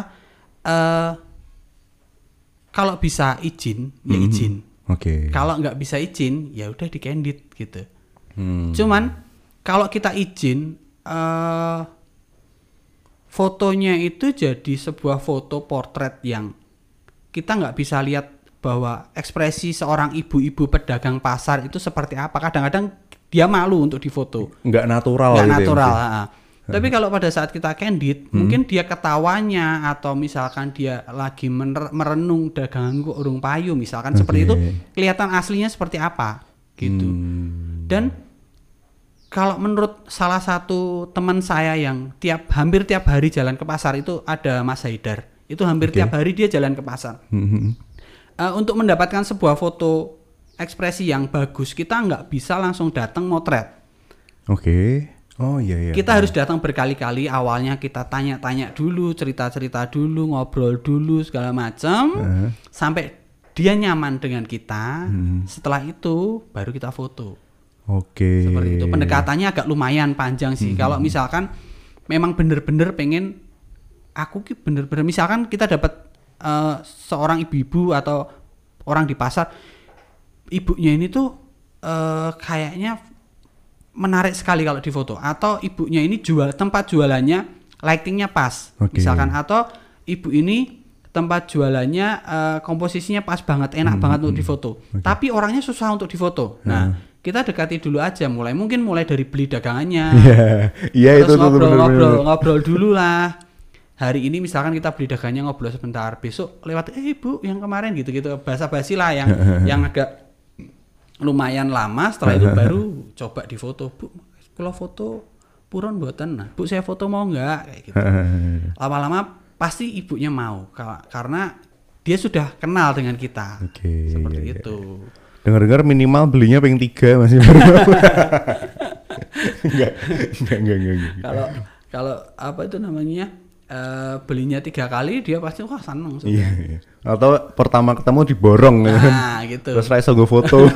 kalau bisa izin ya izin. Oke. Kalau nggak bisa izin ya udah di candid gitu. Cuman kalau kita izin fotonya itu jadi sebuah foto portret yang kita nggak bisa lihat bahwa ekspresi seorang ibu-ibu pedagang pasar itu seperti apa. Kadang-kadang dia malu untuk difoto. Nggak natural. Nggak natural. Tapi kalau pada saat kita candid, mungkin dia ketawanya atau misalkan dia lagi merenung daganganku urung payu, misalkan seperti itu, kelihatan aslinya seperti apa gitu. Dan kalau menurut salah satu teman saya yang hampir tiap hari jalan ke pasar itu ada Mas Haidar. Itu hampir tiap hari dia jalan ke pasar. Untuk mendapatkan sebuah foto ekspresi yang bagus, kita nggak bisa langsung datang motret. Oh iya. Kita harus datang berkali-kali. Awalnya kita tanya-tanya dulu, cerita-cerita dulu, ngobrol dulu segala macam, sampai dia nyaman dengan kita. Setelah itu baru kita foto. Seperti itu. Pendekatannya agak lumayan panjang sih. Kalau misalkan memang bener-bener pengen, bener-bener misalkan kita dapat seorang ibu-ibu atau orang di pasar, ibunya ini tuh kayaknya menarik sekali kalau difoto, atau ibunya ini tempat jualannya lightingnya pas, misalkan, atau ibu ini tempat jualannya komposisinya pas banget, enak banget untuk difoto, tapi orangnya susah untuk difoto. Nah, kita dekati dulu aja, mulai dari beli dagangannya, terus itu ngobrol dulu lah. Hari ini misalkan kita beli dagangannya, ngobrol sebentar, besok lewat Bu yang kemarin gitu-gitu, basa-basi lah yang agak lumayan lama. Setelah itu baru coba difoto. Bu, kalau foto purun mboten. Nah, Bu saya foto mau nggak kayak gitu. Lama-lama pasti ibunya mau karena dia sudah kenal dengan kita. Seperti itu. Dengar-dengar minimal belinya pengen 3 masih baru. Enggak. Kalau apa itu namanya? Belinya 3 kali dia pasti seneng. Iya. Atau pertama ketemu diborong gitu. Terus rasa gue foto.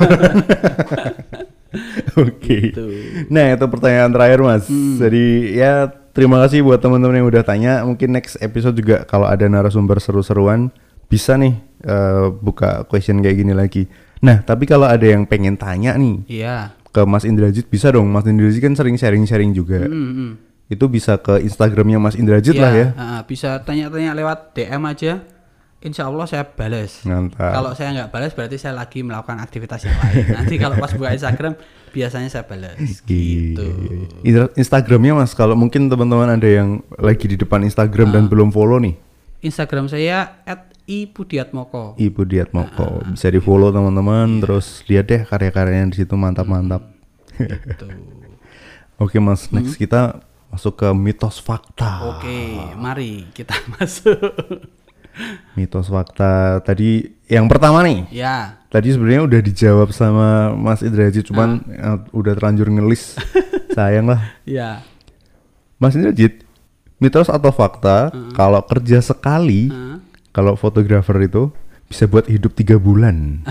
Gitu. Nah itu pertanyaan terakhir Mas. Jadi ya terima kasih buat teman-teman yang udah tanya. Mungkin next episode juga kalau ada narasumber seru-seruan bisa nih buka question kayak gini lagi. Nah tapi kalau ada yang pengen tanya nih ke Mas Indrajit, bisa dong. Mas Indrajit kan sering sharing-sharing juga. Itu bisa ke Instagramnya Mas Indrajit lah ya. Bisa tanya-tanya lewat DM aja. Insya Allah saya balas. Kalau saya nggak balas berarti saya lagi melakukan aktivitas yang lain. Nanti kalau pas buka Instagram biasanya saya balas. Gitu. Instagramnya Mas, kalau mungkin teman-teman ada yang lagi di depan Instagram dan belum follow nih. Instagram saya @ipudiatmoko. Bisa di follow teman-teman. Terus lihat deh karya-karyanya di situ, mantap-mantap. Gitu. Oke Mas, next kita masuk ke mitos fakta. Mari kita masuk. Mitos fakta tadi yang pertama nih. Tadi sebenarnya udah dijawab sama Mas Indrajit, cuman udah terlanjur ngelis. Sayang lah. Mas Indrajit, mitos atau fakta kalau kerja sekali, kalau fotografer itu bisa buat hidup 3 bulan?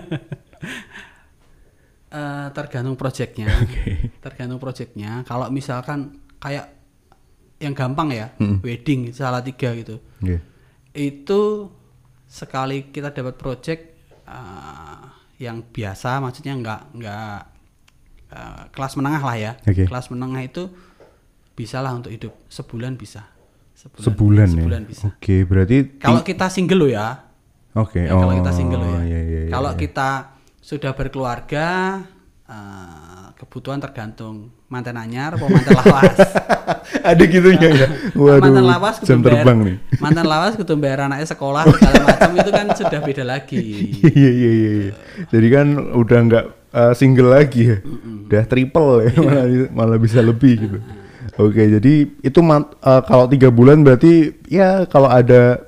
Tergantung proyeknya. Tergantung proyeknya. Kalau misalkan kayak yang gampang ya, wedding Salatiga gitu. Itu sekali kita dapat proyek yang biasa, maksudnya nggak kelas menengah lah ya. Kelas menengah itu bisa lah untuk hidup sebulan bisa. Sebulan bisa. Berarti kalau kita single loh ya. Kalau kita single loh ya. Kalau kita sudah berkeluarga, kebutuhan tergantung mantan anyar atau mantan lawas. Ada gitunya ya. Waduh, mantan lawas jam terbang nih. Mantan lawas kudu bayar anaknya sekolah segala macam itu kan sudah beda lagi. Iya. Jadi kan udah nggak single lagi ya. Udah triple ya, malah bisa lebih gitu. Jadi itu kalau 3 bulan berarti ya kalau ada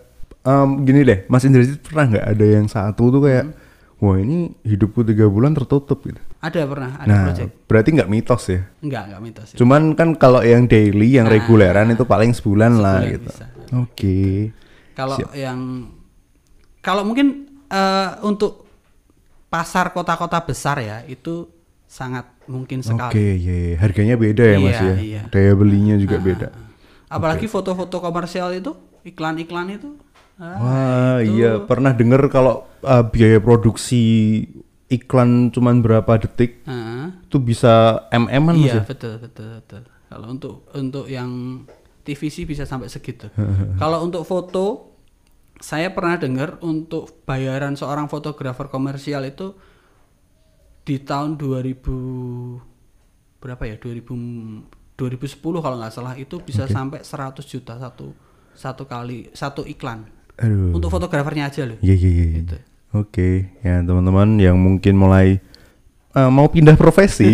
Gini deh, Mas Indrajit pernah nggak ada yang satu tuh kayak, wah ini hidupku 3 bulan tertutup gitu? Ada pernah, ada Nah, project. berarti nggak mitos ya? Enggak mitos. Ya. Cuman kan kalau yang daily, yang reguleran itu paling sebulan lah gitu. Bisa. Oke. Kalau kalau mungkin untuk pasar kota-kota besar ya itu sangat mungkin sekali. Oke, iya. Harganya beda ya Mas ya. Iya. Daya belinya juga beda. Apalagi foto-foto komersial itu, iklan-iklan itu. Wah, iya pernah dengar kalau biaya produksi iklan cuman berapa detik itu bisa MM-an Mas Iya, ya? betul. Kalau untuk yang TVC bisa sampai segitu. Kalau untuk foto, saya pernah dengar untuk bayaran seorang fotografer komersial itu di tahun 2000 berapa ya? 2010 kalau nggak salah itu bisa sampai 100 juta satu iklan. Aduh. Untuk fotografernya aja loh. Iya. Gitu. Oke, ya teman-teman yang mungkin mulai mau pindah profesi,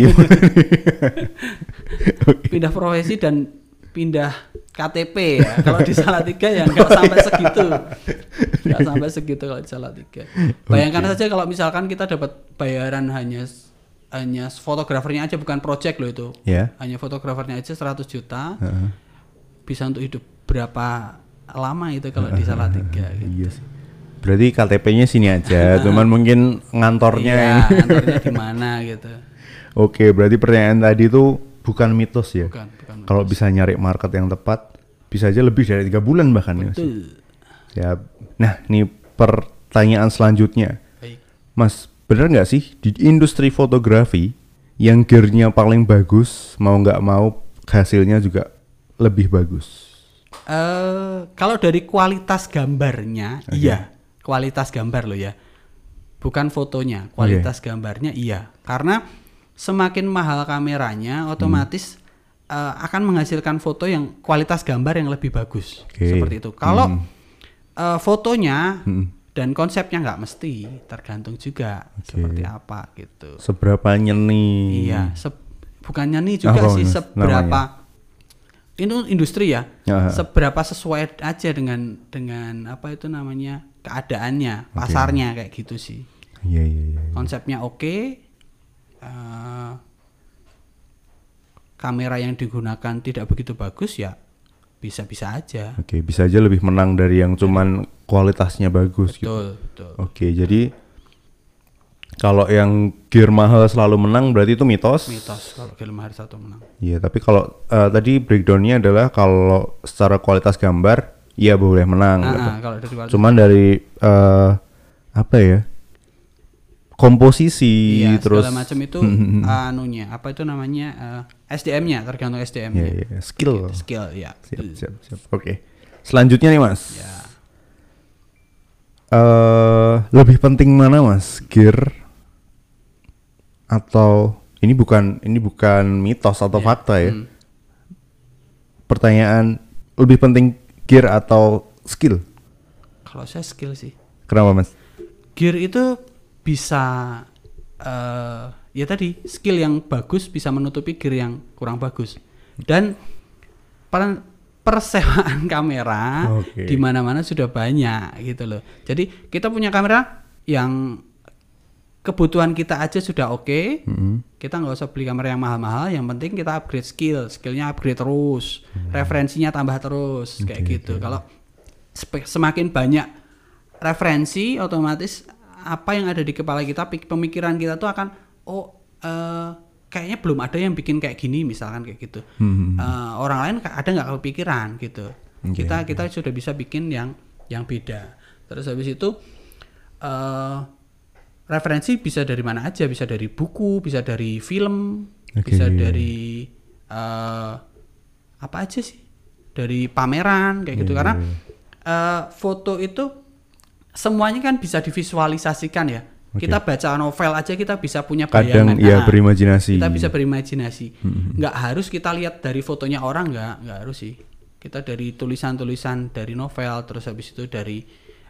Pindah profesi dan pindah KTP ya. Kalau di Salatiga ya nggak sampai segitu, nggak sampai segitu kalau di Salatiga. Bayangkan saja kalau misalkan kita dapat bayaran hanya fotografernya aja, bukan project loh itu, hanya fotografernya aja 100 juta, bisa untuk hidup berapa lama itu kalau di Salatiga gitu. Iya sih. Berarti KTP-nya sini aja, cuman mungkin ngantornya ngantornya di mana gitu. Oke, berarti pertanyaan tadi itu bukan mitos ya. Bukan kalau bisa nyari market yang tepat, bisa aja lebih dari 3 bulan bahkan. Betul. Ya. Nah, ini pertanyaan selanjutnya. Baik. Mas, bener nggak sih di industri fotografi yang gearnya paling bagus, mau nggak mau hasilnya juga lebih bagus? Kalau dari kualitas gambarnya, iya. Kualitas gambar loh ya, bukan fotonya. Kualitas gambarnya iya, karena semakin mahal kameranya otomatis akan menghasilkan foto yang kualitas gambar yang lebih bagus. Seperti itu. Kalau fotonya dan konsepnya nggak mesti, tergantung juga seperti apa gitu. Seberapa nyeni? Iya, bukan nyeni juga sih, seberapa ini industri ya, seberapa sesuai aja dengan apa itu namanya, keadaannya, pasarnya, kayak gitu sih. Iya. Konsepnya oke, kamera yang digunakan tidak begitu bagus ya bisa-bisa aja. Oke, bisa aja lebih menang dari yang cuman kualitasnya bagus. Betul. Oke, jadi kalau yang gear mahal selalu menang berarti itu mitos. Mitos kalau gear mahal satu menang. Iya, tapi kalau tadi breakdownnya adalah kalau secara kualitas gambar, ya boleh menang. Kalau dari kualitas. Cuman dari apa ya? Komposisi terus segala macam itu anunya, apa itu namanya, SDM-nya, tergantung SDM-nya. Iya. Skill ya. Siap. Oke. Selanjutnya nih Mas. Ya. Lebih penting mana Mas, gear atau ini bukan mitos atau fakta ya? Pertanyaan, lebih penting gear atau skill? Kalau saya skill sih. Kenapa Mas? Gear itu bisa ya tadi, skill yang bagus bisa menutupi gear yang kurang bagus. Dan persewaan kamera di mana-mana sudah banyak gitu loh. Jadi kita punya kamera yang kebutuhan kita aja sudah oke. Kita nggak usah beli kamera yang mahal-mahal. Yang penting kita upgrade skillnya upgrade terus, referensinya tambah terus, kayak gitu. Kalau semakin banyak referensi, otomatis apa yang ada di kepala kita, pemikiran kita tuh akan kayaknya belum ada yang bikin kayak gini, misalkan kayak gitu. Orang lain ada nggak kepikiran gitu. Kita sudah bisa bikin yang beda. Terus habis itu referensi bisa dari mana aja, bisa dari buku, bisa dari film, bisa dari apa aja sih, dari pameran kayak gitu. Karena foto itu semuanya kan bisa divisualisasikan ya. Kita baca novel aja kita bisa punya bayangan. Kadang berimajinasi. Kita bisa berimajinasi. Nggak harus kita lihat dari fotonya orang, nggak harus sih. Kita dari tulisan-tulisan dari novel, terus habis itu dari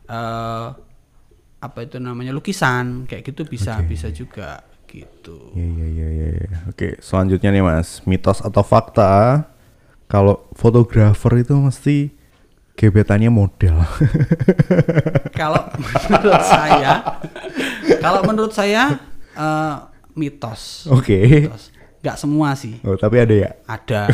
apa itu namanya, lukisan kayak gitu bisa juga gitu. Iya. Oke, selanjutnya nih Mas, mitos atau fakta kalau fotografer itu mesti gebetannya model? Kalau menurut saya mitos. Oke. Mitos. Nggak semua sih. Oh, tapi ada ya? Ada,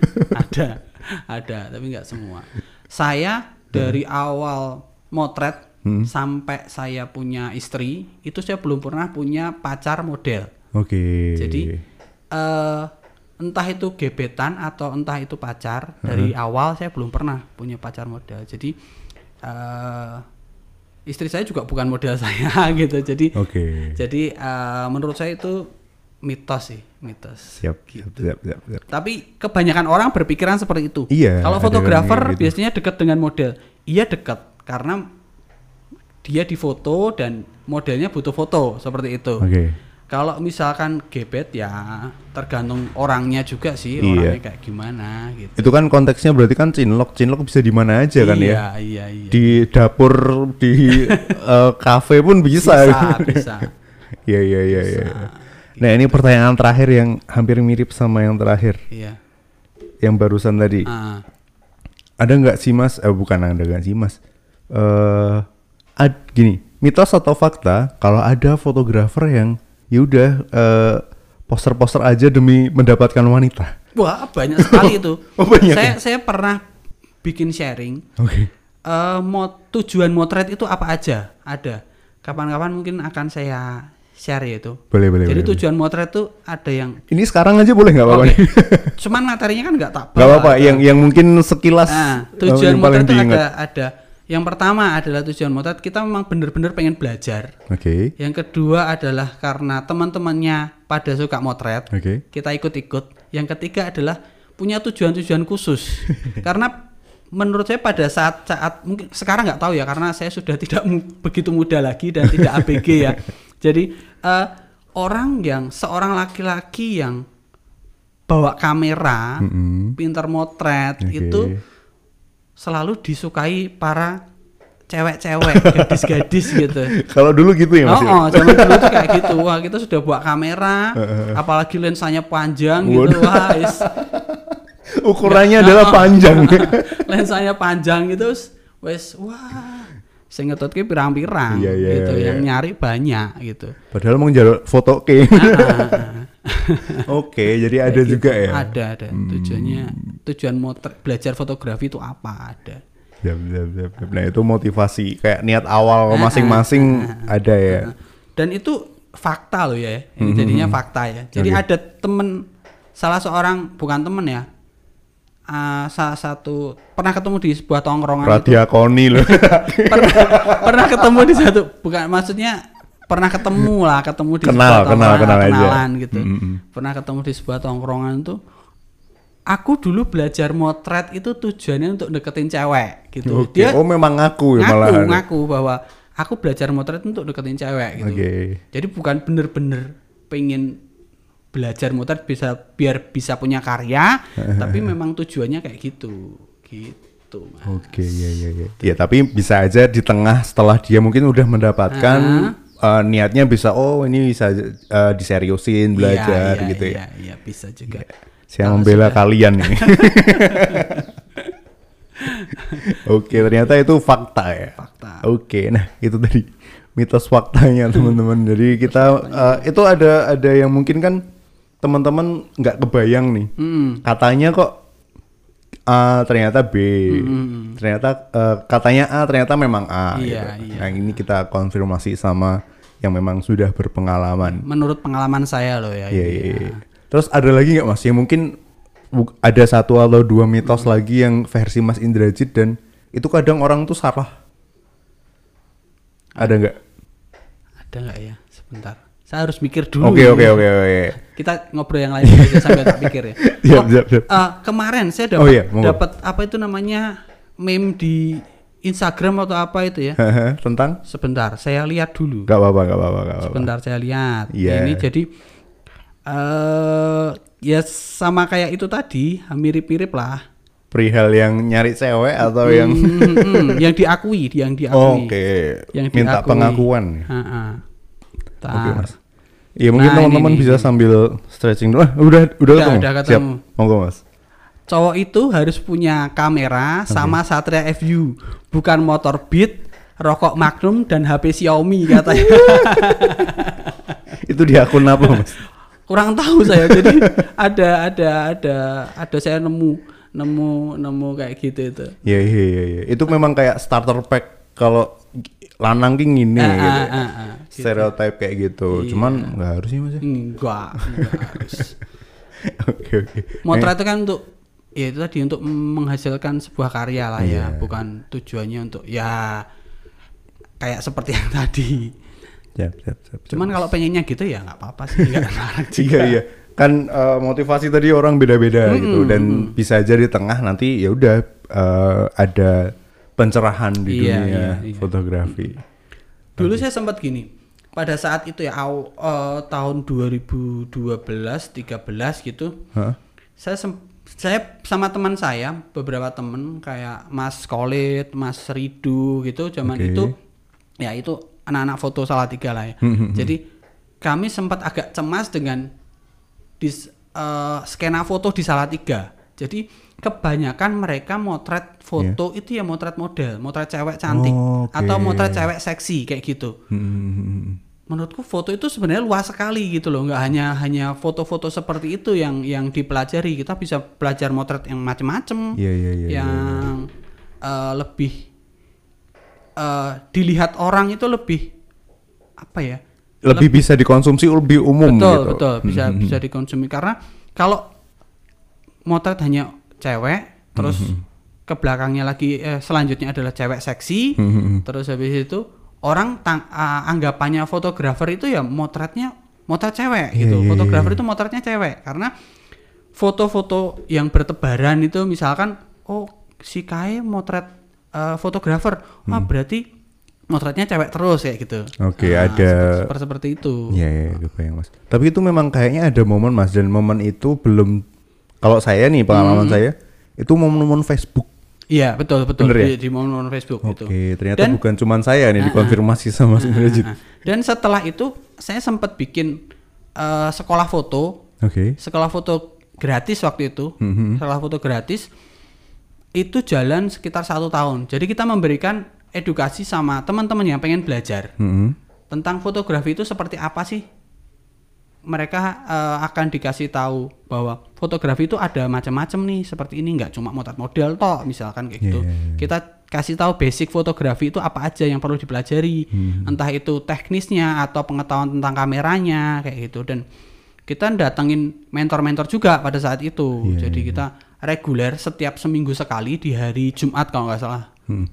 tapi nggak semua. Saya dari awal motret sampai saya punya istri, itu saya belum pernah punya pacar model. Oke. Jadi entah itu gebetan atau entah itu pacar, dari awal saya belum pernah punya pacar model. Jadi istri saya juga bukan model saya gitu. Jadi menurut saya itu mitos sih, mitos. Siap. Tapi kebanyakan orang berpikiran seperti itu. Iya. Kalau fotografer gitu. biasanya dekat dengan model. Iya dekat karena dia difoto dan modelnya butuh foto seperti itu. Kalau misalkan gebet ya tergantung orangnya juga sih, orangnya kayak gimana gitu. Itu kan konteksnya berarti kan cinlok bisa di mana aja kan ya? Iya. Di dapur, di kafe pun bisa. Bisa. Iya. Nah, ini pertanyaan terakhir yang hampir mirip sama yang terakhir. Iya. Yang barusan tadi. Ada nggak sih Mas? Bukan ada nggak sih Mas? Gini, mitos atau fakta kalau ada fotografer yang yaudah poster-poster aja demi mendapatkan wanita? Wah, banyak sekali itu. Banyak. Saya pernah bikin sharing. Tujuan motret itu apa aja? Ada. Kapan-kapan mungkin akan saya share ya itu. Boleh. Jadi tujuan motret tuh ada yang. Ini sekarang aja boleh nggak apa-apa? Cuman materinya kan nggak tak. Nggak apa-apa. Yang mungkin sekilas. Tujuan motret itu ada. Yang pertama adalah tujuan motret kita memang benar-benar pengen belajar. Yang kedua adalah karena teman-temannya pada suka motret, kita ikut-ikut. Yang ketiga adalah punya tujuan-tujuan khusus. Karena menurut saya pada saat mungkin sekarang nggak tahu ya, karena saya sudah tidak begitu muda lagi dan tidak ABG ya. Jadi seorang laki-laki yang bawa kamera, pintar motret itu selalu disukai para cewek-cewek, gadis-gadis gitu. Kalau dulu gitu ya Mas? Zaman dulu tuh kayak gitu. Wah, kita sudah bawa kamera, apalagi lensanya panjang gitu. Wah, ukurannya adalah panjang. Lensanya panjang gitu, wes wah. Saya ngetutke pirang-pirang gitu, yang nyari banyak gitu. Padahal mau njaluk foto ke. Jadi ada juga ya. Ada. Tujuan motret belajar fotografi itu apa ada. Nah, itu motivasi kayak niat awal masing-masing ada ya. Dan itu fakta loh ya. Ini jadinya fakta ya. Jadi ada salah seorang, bukan temen ya. Salah satu pernah ketemu di sebuah tongkrongan. Radiakoni loh. pernah ketemu di satu, bukan maksudnya pernah ketemu di sebuah kenalan gitu. Pernah ketemu di sebuah tongkrongan tuh. Aku dulu belajar motret itu tujuannya untuk deketin cewek gitu. Dia memang ngaku bahwa aku belajar motret untuk deketin cewek gitu. Jadi bukan bener-bener pengen belajar motret biar bisa punya karya, tapi memang tujuannya kayak gitu Mas. Ya tapi bisa aja di tengah setelah dia mungkin udah mendapatkan niatnya bisa ini bisa diseriusin belajar gitu ya. Iya bisa juga. Saya membela kalian nih. Ternyata itu fakta ya. Nah itu tadi mitos faktanya teman-teman. Jadi kita itu ada yang mungkin kan teman-teman nggak kebayang nih. Katanya kok A ternyata B, ternyata katanya A ternyata memang A. Nah ini kita konfirmasi sama yang memang sudah berpengalaman. Menurut pengalaman saya loh ya. Terus ada lagi nggak Mas? Yang mungkin ada 1 atau 2 mitos lagi yang versi Mas Indrajit dan itu kadang orang tuh salah. Ada nggak? Ada nggak ya? Sebentar. Saya harus mikir dulu. Oke. Kita ngobrol yang lain aja sambil tak pikir ya. Siap. Kemarin saya dapat apa itu namanya meme di Instagram atau apa itu ya? Tentang? Sebentar, saya lihat dulu. Gak apa-apa. Sebentar saya lihat. Ini jadi ya sama kayak itu tadi, mirip-mirip lah. Perihal yang nyari cewek atau yang yang diakui. Yang minta diakui. Pengakuan. Mas. Ya mungkin teman-teman bisa sambil stretching dulu. Udah ketemu. Siap. Monggo Mas. cowok itu harus punya kamera sama Satria FU, bukan motor Beat, rokok Magnum dan HP Xiaomi katanya. Itu di akun apa, Mas? Kurang tahu saya. Jadi ada saya nemu kayak gitu itu. Iya. Itu memang kayak starter pack kalau lanang ki ngene gitu. Stereotype kayak gitu. Iya. Cuman enggak harus sih, Mas. Enggak harus. Oke. Motret itu kan untuk ya itu tadi untuk menghasilkan sebuah karya lah ya, bukan tujuannya untuk ya kayak seperti yang tadi. Siap. Cuman kalau pengennya gitu ya nggak apa-apa sih, nggak larang juga. Iya. Kan motivasi tadi orang beda-beda gitu dan bisa aja di tengah nanti ya udah ada pencerahan di dunia fotografi. Dulu saya sempat gini, pada saat itu ya tahun 2012-13 gitu, saya sama teman saya, beberapa teman kayak Mas Kolit, Mas Ridu gitu, zaman itu ya itu anak-anak foto Salatiga lah ya. Jadi kami sempat agak cemas dengan skena foto di Salatiga. Jadi kebanyakan mereka motret foto itu ya motret model, motret cewek cantik atau motret cewek seksi kayak gitu. Menurutku foto itu sebenarnya luas sekali gitu loh, nggak hanya foto-foto seperti itu yang dipelajari. Kita bisa belajar motret yang macam-macam, yang lebih dilihat orang itu lebih apa ya? Lebih bisa dikonsumsi lebih umum gitu. Betul, bisa dikonsumsi karena kalau motret hanya cewek terus ke belakangnya lagi selanjutnya adalah cewek seksi, terus habis itu orang anggapannya fotografer itu ya motret cewek gitu. Fotografer itu motretnya cewek karena foto-foto yang bertebaran itu misalkan si Kai motret fotografer, berarti motretnya cewek terus kayak gitu. Ada seperti itu. Iya, kebayang, Mas. Tapi itu memang kayaknya ada momen, Mas, dan momen itu belum, kalau saya nih pengalaman saya itu momen-momen Facebook. Iya, betul ya? di momen Facebook itu. Ternyata bukan cuma saya nih dikonfirmasi sama Sindrajit. Dan setelah itu saya sempat bikin sekolah foto. Sekolah foto gratis waktu itu. Sekolah foto gratis itu jalan sekitar 1 tahun. Jadi kita memberikan edukasi sama teman-teman yang pengen belajar tentang fotografi itu seperti apa sih. Mereka akan dikasih tahu bahwa fotografi itu ada macam-macam nih, seperti ini, nggak cuma motret model toh misalkan kayak gitu. Kita kasih tahu basic fotografi itu apa aja yang perlu dipelajari, entah itu teknisnya atau pengetahuan tentang kameranya kayak gitu. Dan kita datengin mentor-mentor juga pada saat itu. Jadi kita reguler setiap seminggu sekali di hari Jumat kalau nggak salah.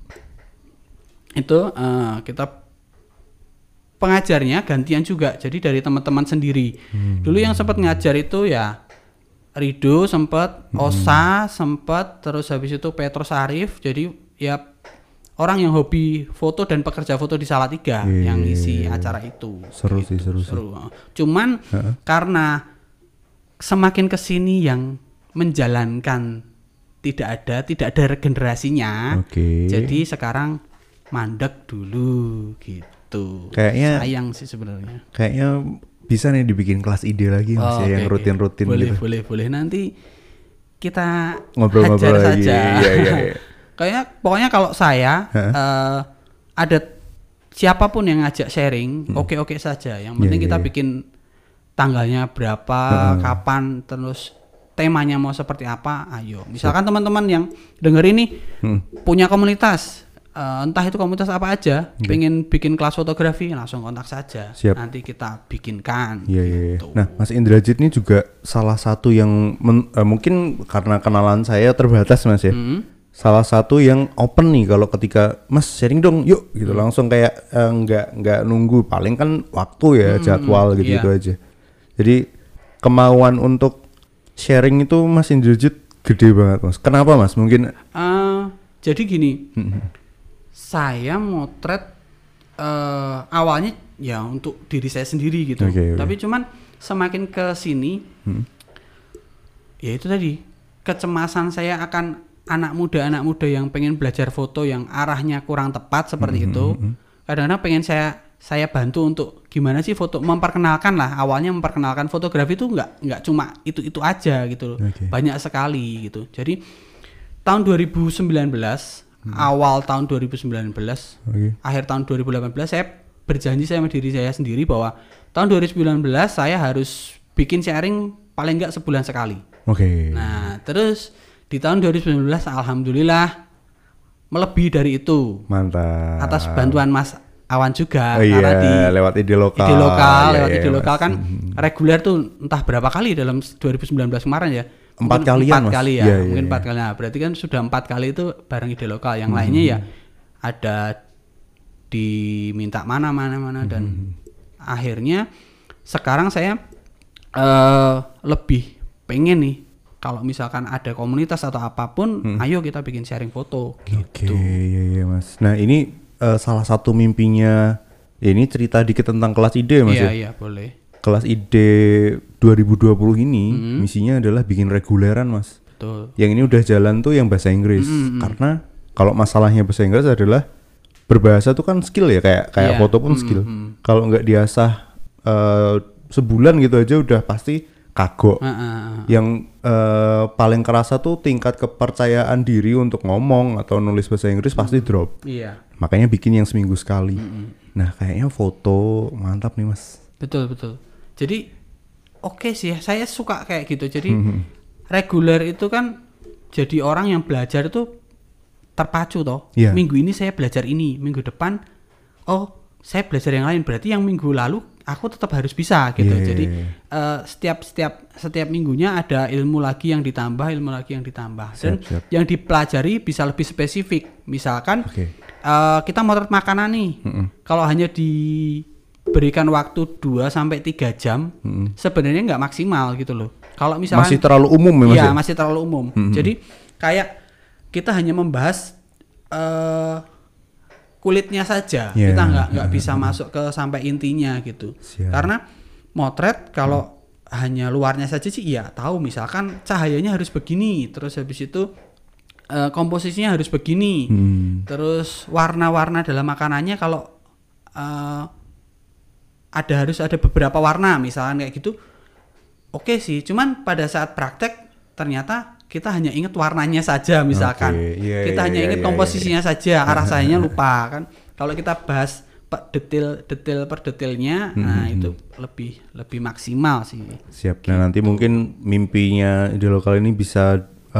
Itu kita pengajarnya gantian juga, jadi dari teman-teman sendiri. Dulu yang sempat ngajar itu ya Rido sempat, Osa sempat, terus habis itu Petrus Arif. Jadi ya orang yang hobi foto dan pekerja foto di Salatiga yang isi acara itu. Seru gitu. sih. Cuman karena semakin kesini yang menjalankan tidak ada regenerasinya. Jadi sekarang mandek dulu gitu. Kayaknya sayang sih sebenarnya. Kayaknya bisa nih dibikin kelas ide lagi, Mas, yang rutin-rutin gitu. Boleh nanti kita ngobrol-ngobrol lagi. Saja. Iya. Pokoknya kalau saya ada siapapun yang ngajak sharing, oke saja. Yang penting kita bikin tanggalnya berapa, kapan, terus temanya mau seperti apa, ayo. Misalkan teman-teman yang denger ini punya komunitas, entah itu komunitas apa aja, pengen bikin kelas fotografi, langsung kontak saja. Nanti kita bikinkan. Gitu. Nah, Mas Indrajit ini juga salah satu yang mungkin karena kenalan saya terbatas, Mas ya. Salah satu yang open nih kalau ketika Mas sharing dong, yuk gitu, langsung kayak nggak nunggu, paling kan waktu ya, jadwal gitu aja. Jadi kemauan untuk sharing itu Mas Indrajit gede banget, Mas. Kenapa, Mas? Mungkin jadi gini, saya motret awalnya ya untuk diri saya sendiri gitu. Tapi cuman semakin ke sini, ya itu tadi kecemasan saya akan anak muda yang pengen belajar foto yang arahnya kurang tepat seperti itu. Kadang-kadang pengen saya saya bantu untuk gimana sih foto, memperkenalkan lah, awalnya memperkenalkan fotografi itu nggak cuma itu aja gitu loh. Banyak sekali gitu. Jadi tahun 2019 awal tahun 2019 akhir tahun 2018 saya berjanji sama diri saya sendiri bahwa tahun 2019 saya harus bikin sharing paling nggak sebulan sekali. Nah terus di tahun 2019 alhamdulillah melebihi dari itu. Mantap. Atas bantuan Mas Awan juga, karena lewat ide lokal. Lewat ide lokal kan reguler tuh entah berapa kali dalam 2019 kemarin ya. 4 kali ya. Mungkin 4 kali. Nah, berarti kan sudah 4 kali itu bareng ide lokal. Yang lainnya ya ada diminta mana dan akhirnya sekarang saya lebih pengen nih kalau misalkan ada komunitas atau apapun, ayo kita bikin sharing foto gitu. Iya Mas. Nah, ini salah satu mimpinya ini cerita dikit tentang kelas ide Mas ya. Iya, boleh. Kelas ide 2020 ini misinya adalah bikin reguleran Mas. Betul. Yang ini udah jalan tuh yang bahasa Inggris. Karena kalau masalahnya bahasa Inggris adalah berbahasa tuh kan skill ya, kayak foto pun skill. Kalau nggak diasah sebulan gitu aja udah pasti kagok. Yang paling kerasa tuh tingkat kepercayaan diri untuk ngomong atau nulis bahasa Inggris pasti drop. Iya. Makanya bikin yang seminggu sekali. Nah kayaknya foto mantap nih Mas. Betul. Jadi oke sih, saya suka kayak gitu. Jadi reguler itu kan jadi orang yang belajar itu terpacu toh. Minggu ini saya belajar ini, minggu depan saya belajar yang lain. Berarti yang minggu lalu aku tetap harus bisa gitu. Jadi setiap minggunya ada ilmu lagi yang ditambah. Dan yang dipelajari bisa lebih spesifik. Misalkan kita motret makanan nih. Kalau hanya diberikan waktu 2 sampai 3 jam, sebenarnya nggak maksimal gitu loh. Kalau misalkan masih terlalu umum ya Mas. Iya, masih terlalu umum. Jadi kayak kita hanya membahas kulitnya saja, kita nggak bisa masuk ke sampai intinya gitu. Karena motret kalau hanya luarnya saja sih iya tahu, misalkan cahayanya harus begini, terus habis itu komposisinya harus begini, terus warna-warna dalam makanannya kalau harus ada beberapa warna misalkan kayak gitu. Oke sih, cuman pada saat praktek ternyata kita hanya ingat warnanya saja misalkan. Kita hanya ingat komposisinya saja, arah sayanya lupa kan. Kalau kita bahas detail per detailnya, nah itu lebih maksimal sih. Siap. Nah, nanti mungkin mimpinya ide lokal ini bisa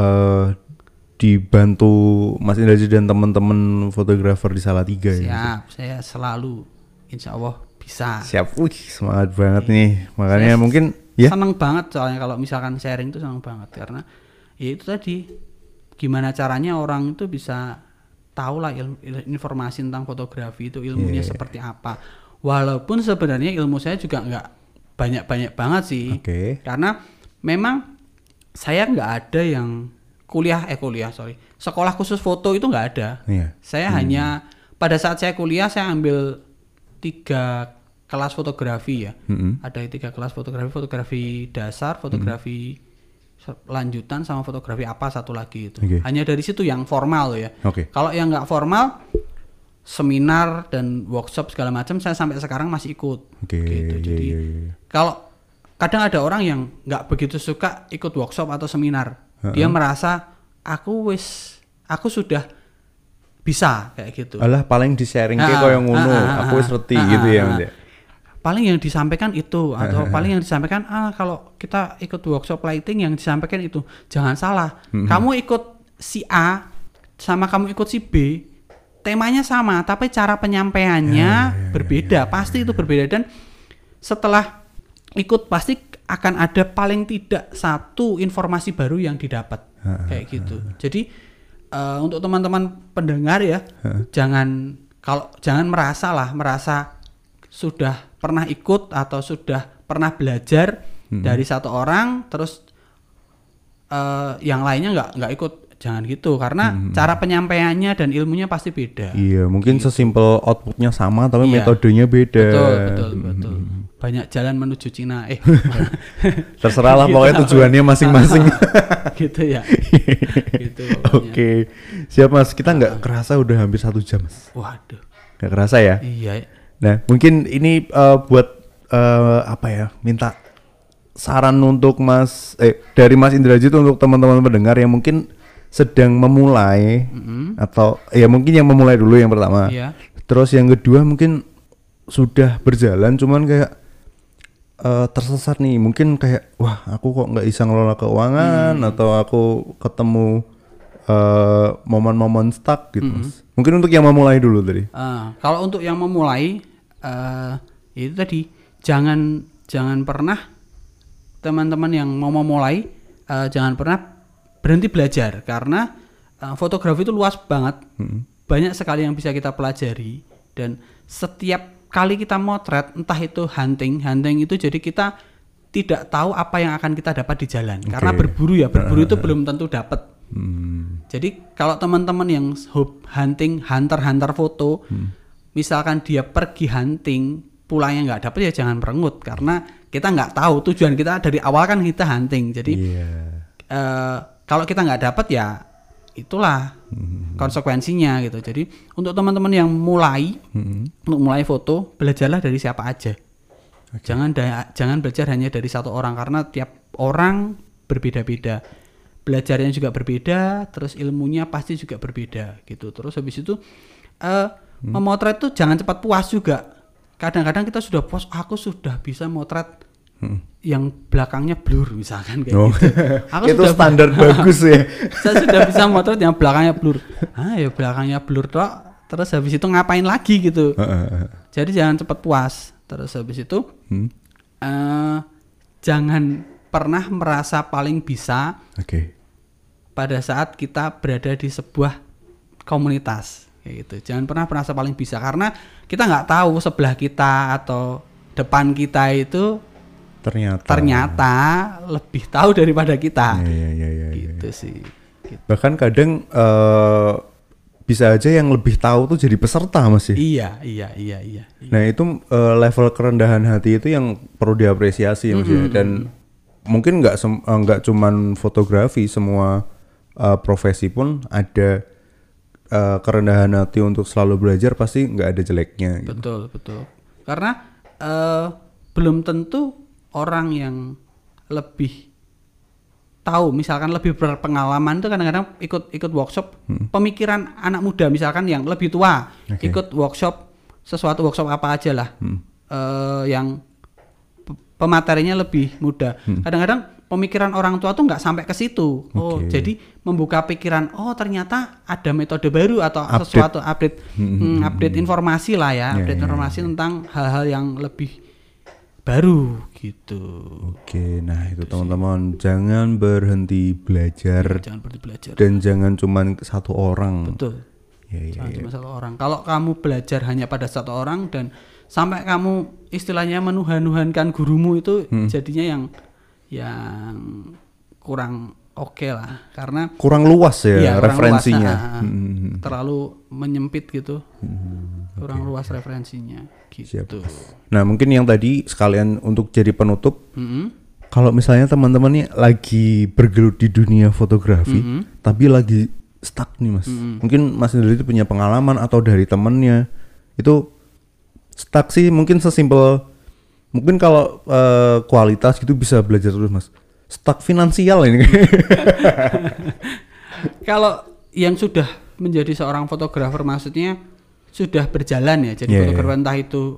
dibantu Mas Indraji dan teman-teman fotografer di Salatiga. Siap, saya selalu insya Allah bisa. Siap, semangat banget nih. Makanya saya mungkin seneng banget soalnya kalau misalkan sharing itu seneng banget karena ya itu tadi gimana caranya orang itu bisa tahu lah informasi tentang fotografi itu ilmunya seperti apa. Walaupun sebenarnya ilmu saya juga nggak banyak banget sih. Karena memang saya nggak ada yang sekolah khusus foto itu nggak ada. Saya hanya pada saat saya kuliah saya ambil 3 kelas fotografi ya. Ada 3 kelas fotografi dasar, fotografi lanjutan sama fotografi apa satu lagi itu. Hanya dari situ yang formal ya. Kalau yang nggak formal, seminar dan workshop segala macam saya sampai sekarang masih ikut. Gitu. Jadi kalau kadang ada orang yang nggak begitu suka ikut workshop atau seminar, dia merasa aku sudah bisa kayak gitu. Alah paling di sharing kok yang ngono, aku wis ngerti gitu ya Mas. Paling yang disampaikan itu atau paling yang disampaikan kalau kita ikut workshop lighting yang disampaikan itu jangan salah. Kamu ikut si A sama kamu ikut si B, temanya sama tapi cara penyampaiannya berbeda. Pasti itu berbeda dan setelah ikut pasti akan ada paling tidak satu informasi baru yang didapat kayak gitu. Jadi untuk teman-teman pendengar ya, jangan merasa sudah pernah ikut atau sudah pernah belajar dari satu orang terus yang lainnya nggak ikut, jangan gitu karena cara penyampaiannya dan ilmunya pasti beda. Iya, mungkin sesimpel outputnya sama tapi metodenya beda. Betul. Banyak jalan menuju Cina. Terserah lah pokoknya tujuannya masing-masing. Gitu ya. Gitu. Oke. Siap Mas, kita nggak kerasa udah hampir 1 jam Mas. Waduh. Nggak kerasa ya? Iya. Nah, mungkin ini buat apa ya? Minta saran untuk dari Mas Indrajit untuk teman-teman pendengar yang mungkin sedang memulai atau ya mungkin yang memulai dulu yang pertama. Iya. Terus yang kedua mungkin sudah berjalan cuman kayak tersesat nih, mungkin kayak wah aku kok nggak bisa ngelola keuangan atau aku ketemu momen-momen stuck gitu. Mungkin untuk yang memulai dulu tadi. Kalau untuk yang memulai itu tadi jangan pernah teman-teman yang mau memulai jangan pernah berhenti belajar karena fotografi itu luas banget. Banyak sekali yang bisa kita pelajari dan setiap kali kita motret entah itu hunting itu jadi kita tidak tahu apa yang akan kita dapat di jalan karena berburu itu belum tentu dapat. Jadi kalau teman-teman yang hunter foto misalkan dia pergi hunting pulangnya nggak dapat ya jangan merengut karena kita nggak tahu tujuan kita dari awal kan kita hunting. Jadi kalau kita nggak dapat ya itulah konsekuensinya gitu. Jadi untuk teman-teman yang untuk mulai foto belajarlah dari siapa aja. Jangan belajar hanya dari satu orang karena tiap orang berbeda-beda. Belajarnya juga berbeda, terus ilmunya pasti juga berbeda gitu. Terus habis itu memotret tuh jangan cepat puas juga. Kadang-kadang kita sudah puas, aku sudah bisa motret yang belakangnya blur misalkan kayak gitu. Aku itu sudah standar bagus ya. Saya sudah bisa motret yang belakangnya blur. Ya belakangnya blur toh. Terus habis itu ngapain lagi gitu. Jadi jangan cepat puas. Terus habis itu jangan pernah merasa paling bisa. Pada saat kita berada di sebuah komunitas kayak gitu. Jangan pernah merasa paling bisa karena kita nggak tahu sebelah kita atau depan kita itu ternyata lebih tahu daripada kita. Gitu sih. Gitu. Bahkan kadang bisa aja yang lebih tahu tuh jadi peserta Mas ya. Iya. Nah itu level kerendahan hati itu yang perlu diapresiasi Mas ya. Dan mungkin nggak cuman fotografi, semua profesi pun ada kerendahan hati untuk selalu belajar, pasti nggak ada jeleknya gitu. Betul karena belum tentu orang yang lebih tahu misalkan lebih berpengalaman itu kadang-kadang ikut workshop pemikiran anak muda misalkan yang lebih tua ikut workshop apa aja lah yang pematerinya lebih muda. Kadang-kadang pemikiran orang tua tuh nggak sampai ke situ. Jadi membuka pikiran, ternyata ada metode baru atau sesuatu update informasi lah ya, informasi tentang hal-hal yang lebih baru gitu. Nah itu teman-teman jangan berhenti belajar. Dan jangan cuma satu orang. Betul. Jangan cuma satu orang. Kalau kamu belajar hanya pada satu orang dan sampai kamu istilahnya menuhan-nuhankan gurumu itu jadinya yang kurang oke lah karena kurang luas ya referensinya. Terlalu menyempit gitu. Kurang luas referensinya gitu. Nah mungkin yang tadi sekalian untuk jadi penutup, kalau misalnya teman-temannya lagi bergelut di dunia fotografi tapi lagi stuck nih Mas, mungkin Mas sendiri itu punya pengalaman atau dari temennya itu stuck sih, mungkin sesimpel mungkin kalau kualitas gitu bisa belajar terus Mas, stuck finansial ini. Kalau yang sudah menjadi seorang fotografer maksudnya sudah berjalan ya, jadi fotografer entah itu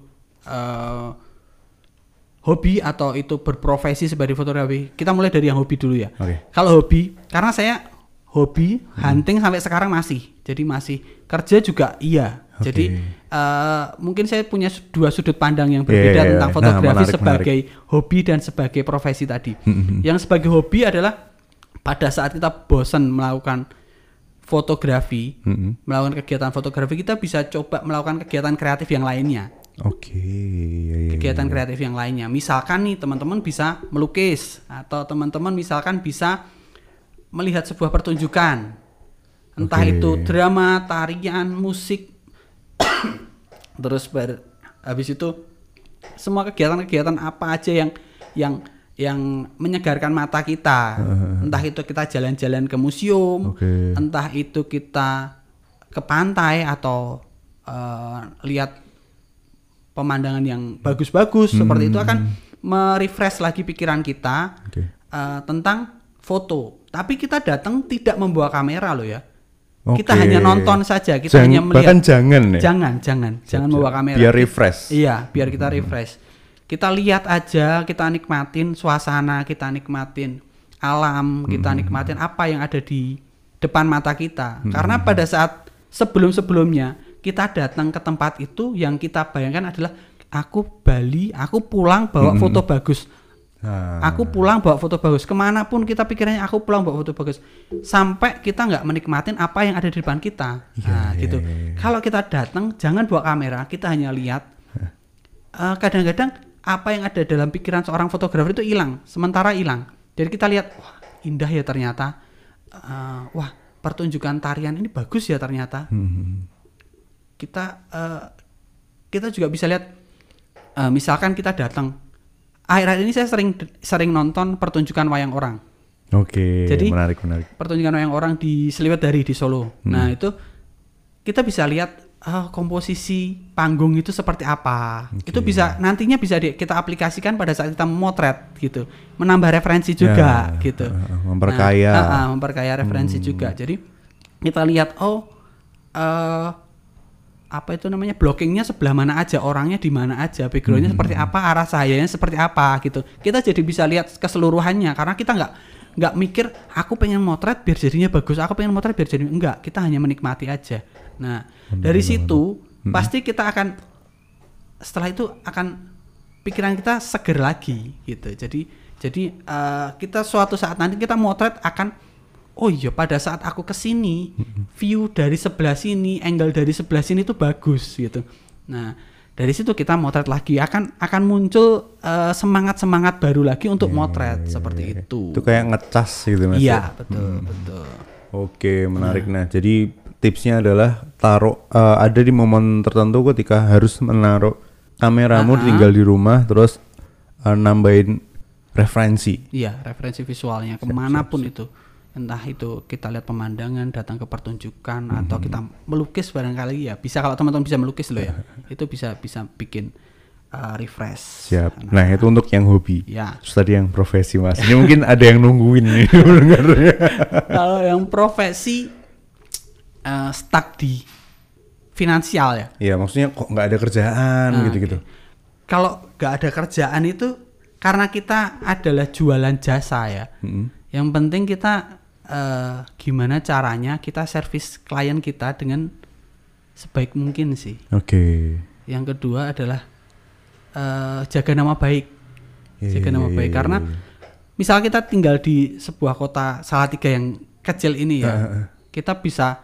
hobi atau itu berprofesi sebagai fotografi. Kita mulai dari yang hobi dulu ya. Kalau hobi, karena saya hobi hunting sampai sekarang jadi masih kerja juga iya. Jadi mungkin saya punya dua sudut pandang yang berbeda tentang fotografi sebagai hobi dan sebagai profesi tadi. Yang sebagai hobi adalah pada saat kita bosan melakukan fotografi, melakukan kegiatan fotografi, kita bisa coba melakukan kegiatan kreatif yang lainnya. Kegiatan kreatif yang lainnya. Misalkan nih teman-teman bisa melukis atau teman-teman misalkan bisa melihat sebuah pertunjukan. Entah itu drama, tarian, musik. Terus habis itu semua kegiatan-kegiatan apa aja yang menyegarkan mata kita. Entah itu kita jalan-jalan ke museum, entah itu kita ke pantai atau lihat pemandangan yang bagus-bagus seperti itu akan merefresh lagi pikiran kita tentang foto. Tapi kita datang tidak membawa kamera loh ya. Kita hanya nonton saja, kita hanya melihat. Bahkan jangan membawa kamera. Biar refresh. Iya, biar kita refresh. Kita lihat aja, kita nikmatin suasana, kita nikmatin alam, kita nikmatin apa yang ada di depan mata kita. Karena pada saat sebelum-sebelumnya kita datang ke tempat itu, yang kita bayangkan adalah aku Bali, aku pulang bawa foto bagus. Aku pulang bawa foto bagus. Kemanapun kita pikirannya aku pulang bawa foto bagus. Sampai kita nggak menikmatin apa yang ada di depan kita. Gitu. Kalau kita datang jangan bawa kamera, kita hanya lihat. Kadang-kadang apa yang ada dalam pikiran seorang fotografer itu hilang, sementara hilang. Jadi kita lihat, wah indah ya ternyata. Wah pertunjukan tarian ini bagus ya ternyata. Kita juga bisa lihat, misalkan kita datang. Akhir-akhir ini saya sering nonton pertunjukan wayang orang. Jadi menarik. Pertunjukan wayang orang di Seliwedari di Solo. Nah itu kita bisa lihat komposisi panggung itu seperti apa. Itu bisa nantinya bisa kita aplikasikan pada saat kita memotret gitu, menambah referensi juga gitu. Memperkaya. Memperkaya referensi juga. Jadi kita lihat apa itu namanya, blockingnya sebelah mana aja, orangnya di mana aja, backgroundnya seperti apa, arah cahayanya seperti apa gitu. Kita jadi bisa lihat keseluruhannya karena kita nggak mikir aku pengen motret biar jadinya bagus, aku pengen motret biar jadinya enggak, kita hanya menikmati aja. Nah dari situ pasti kita akan, setelah itu akan pikiran kita seger lagi gitu. Jadi kita suatu saat nanti kita motret akan, oh iya pada saat aku kesini view dari sebelah sini, angle dari sebelah sini tuh bagus gitu. Nah dari situ kita motret lagi, akan muncul semangat baru lagi untuk motret seperti itu. Itu kayak ngecas gitu Mas. Iya betul. Oke, menarik. Nah jadi tipsnya adalah taruh ada di momen tertentu ketika harus menaruh kameramu tinggal di rumah, terus nambahin referensi. Iya, referensi visualnya kemanapun itu. Entah itu kita lihat pemandangan, datang ke pertunjukan, atau kita melukis barangkali ya. Bisa, kalau teman-teman bisa melukis loh ya. Itu bisa bikin refresh. Siap. Nah itu untuk yang hobi. Ya. Terus tadi yang profesi Mas. Ini mungkin ada yang nungguin nih. Kalau yang profesi stuck di finansial ya. Iya, maksudnya kok nggak ada kerjaan gitu-gitu. Kalau nggak ada kerjaan itu karena kita adalah jualan jasa ya. Yang penting kita gimana caranya kita servis klien kita dengan sebaik mungkin sih. Yang kedua adalah jaga nama baik. Karena misal kita tinggal di sebuah kota Salatiga yang kecil ini ya, kita bisa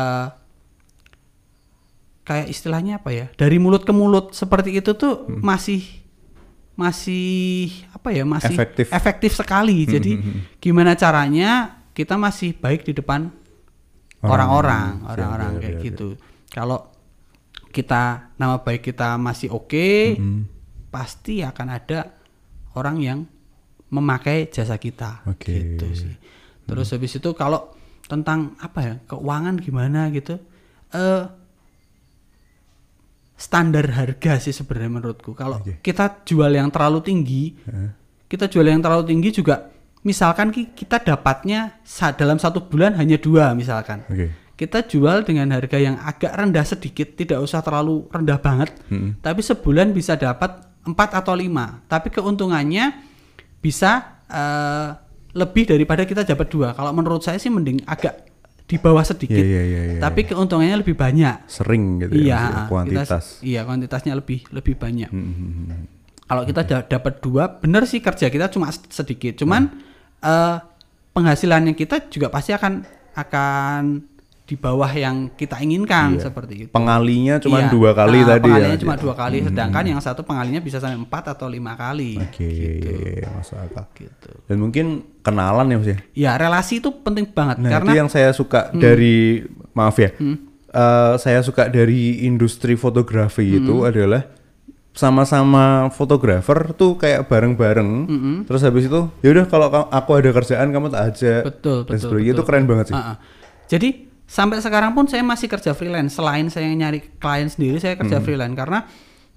kayak istilahnya apa ya, dari mulut ke mulut seperti itu tuh masih apa ya, masih efektif sekali. Jadi gimana caranya kita masih baik di depan orang-orang kayak gitu. Kalau kita nama baik kita masih oke, pasti akan ada orang yang memakai jasa kita gitu sih. Terus habis itu kalau tentang apa ya, keuangan gimana gitu, standar harga sih sebenarnya menurutku. Kalau kita jual yang terlalu tinggi, juga misalkan kita dapatnya dalam 1 bulan hanya 2 misalkan. Kita jual dengan harga yang agak rendah sedikit, tidak usah terlalu rendah banget, tapi sebulan bisa dapat 4 atau 5, tapi keuntungannya bisa lebih daripada kita dapat 2. Kalau menurut saya sih mending agak di bawah sedikit, tapi keuntungannya lebih banyak. Sering gitu ya, kuantitas. Kuantitasnya lebih banyak. Kalau kita dapat 2, bener sih kerja kita cuma sedikit, cuman penghasilannya kita juga pasti akan di bawah yang kita inginkan seperti itu. Pengalinya cuma 2 kali tadi. Pengalinya cuma 2 kali, sedangkan yang satu pengalinya bisa sampai 4 atau 5 kali. Gitu. Masuk akal. Gitu. Dan mungkin kenalan ya Mas ya? Ya, relasi itu penting banget. Nah, karena itu yang saya suka dari, maaf ya, saya suka dari industri fotografi itu adalah sama-sama fotografer tuh kayak bareng-bareng. Terus habis itu, ya udah kalau aku ada kerjaan kamu tak ajak. Betul. Itu keren banget sih. Jadi sampai sekarang pun saya masih kerja freelance. Selain saya nyari klien sendiri, saya kerja freelance karena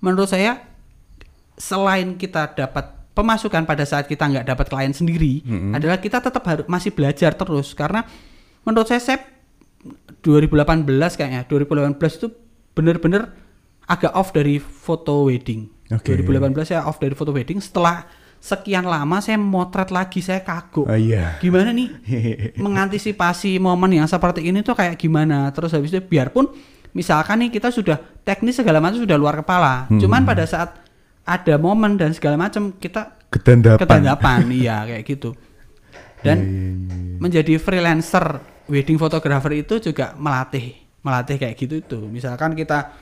menurut saya selain kita dapat pemasukan pada saat kita nggak dapat klien sendiri, adalah kita tetap harus masih belajar terus. Karena menurut saya 2018 kayaknya 2018 itu benar-benar agak off dari foto wedding. 2018 saya off dari foto wedding. Setelah sekian lama saya motret lagi, saya kagum. Gimana nih mengantisipasi momen yang seperti ini tuh kayak gimana. Terus habis itu biarpun misalkan nih kita sudah teknis segala macam sudah luar kepala, cuman pada saat ada momen dan segala macam kita ketandapan iya kayak gitu. Dan menjadi freelancer wedding photographer itu juga melatih kayak gitu itu. Misalkan kita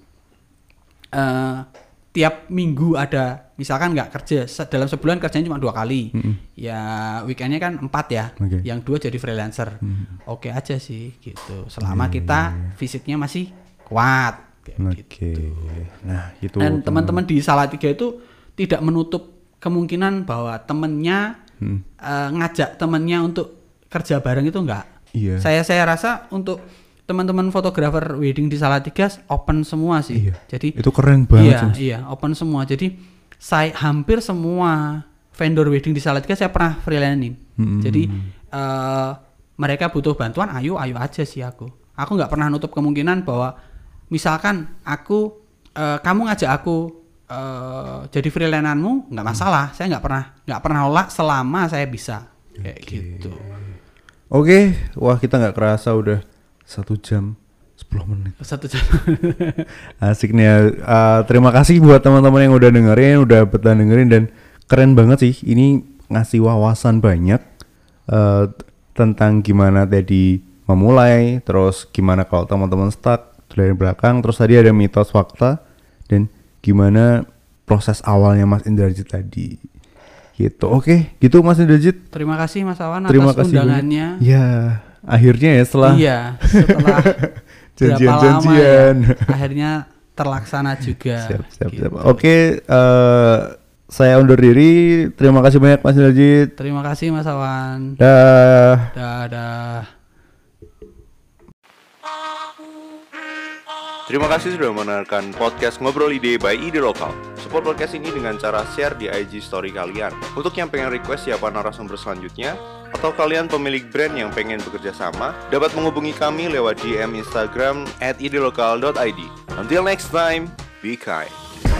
tiap minggu ada, misalkan nggak kerja dalam sebulan kerjanya cuma 2 kali, ya weekendnya kan 4 ya, yang 2 jadi freelancer. Oke aja sih gitu, selama kita fisiknya masih kuat. Gitu. Nah itu. Dan teman-teman di Salatiga itu tidak menutup kemungkinan bahwa temennya ngajak temennya untuk kerja bareng itu enggak. Saya rasa untuk teman-teman fotografer wedding di Salatiga open semua sih. Jadi itu keren banget. Iya, open semua. Jadi saya hampir semua vendor wedding di Salatiga saya pernah freelancing. Jadi mereka butuh bantuan, ayo aja sih aku. Aku nggak pernah nutup kemungkinan bahwa misalkan kamu ngajak aku jadi freelancermu nggak masalah. Saya nggak pernah nolak selama saya bisa kayak gitu. Oke, wah kita nggak kerasa udah 1 jam 10 menit. 1 jam. Asik nih ya. Terima kasih buat teman-teman yang udah dengerin dan keren banget sih. Ini ngasih wawasan banyak tentang gimana tadi memulai, terus gimana kalau teman-teman stuck dari belakang, terus tadi ada mitos fakta dan gimana proses awalnya Mas Indrajit tadi. Gitu. Oke, gitu Mas Indrajit. Terima kasih Mas Awan atas undangannya. Ya, akhirnya ya setelah janjian-janjian akhirnya terlaksana juga. Siap. Oke, saya undur diri. Terima kasih banyak Mas Indrajit. Terima kasih Mas Awan. Dah. Terima kasih sudah mendengarkan podcast Ngobrol Ide by Ide Lokal. Support podcast ini dengan cara share di IG story kalian. Untuk yang pengen request siapa narasumber selanjutnya, atau kalian pemilik brand yang pengen bekerja sama, dapat menghubungi kami lewat DM Instagram @idelokal.id. Until next time, be kind.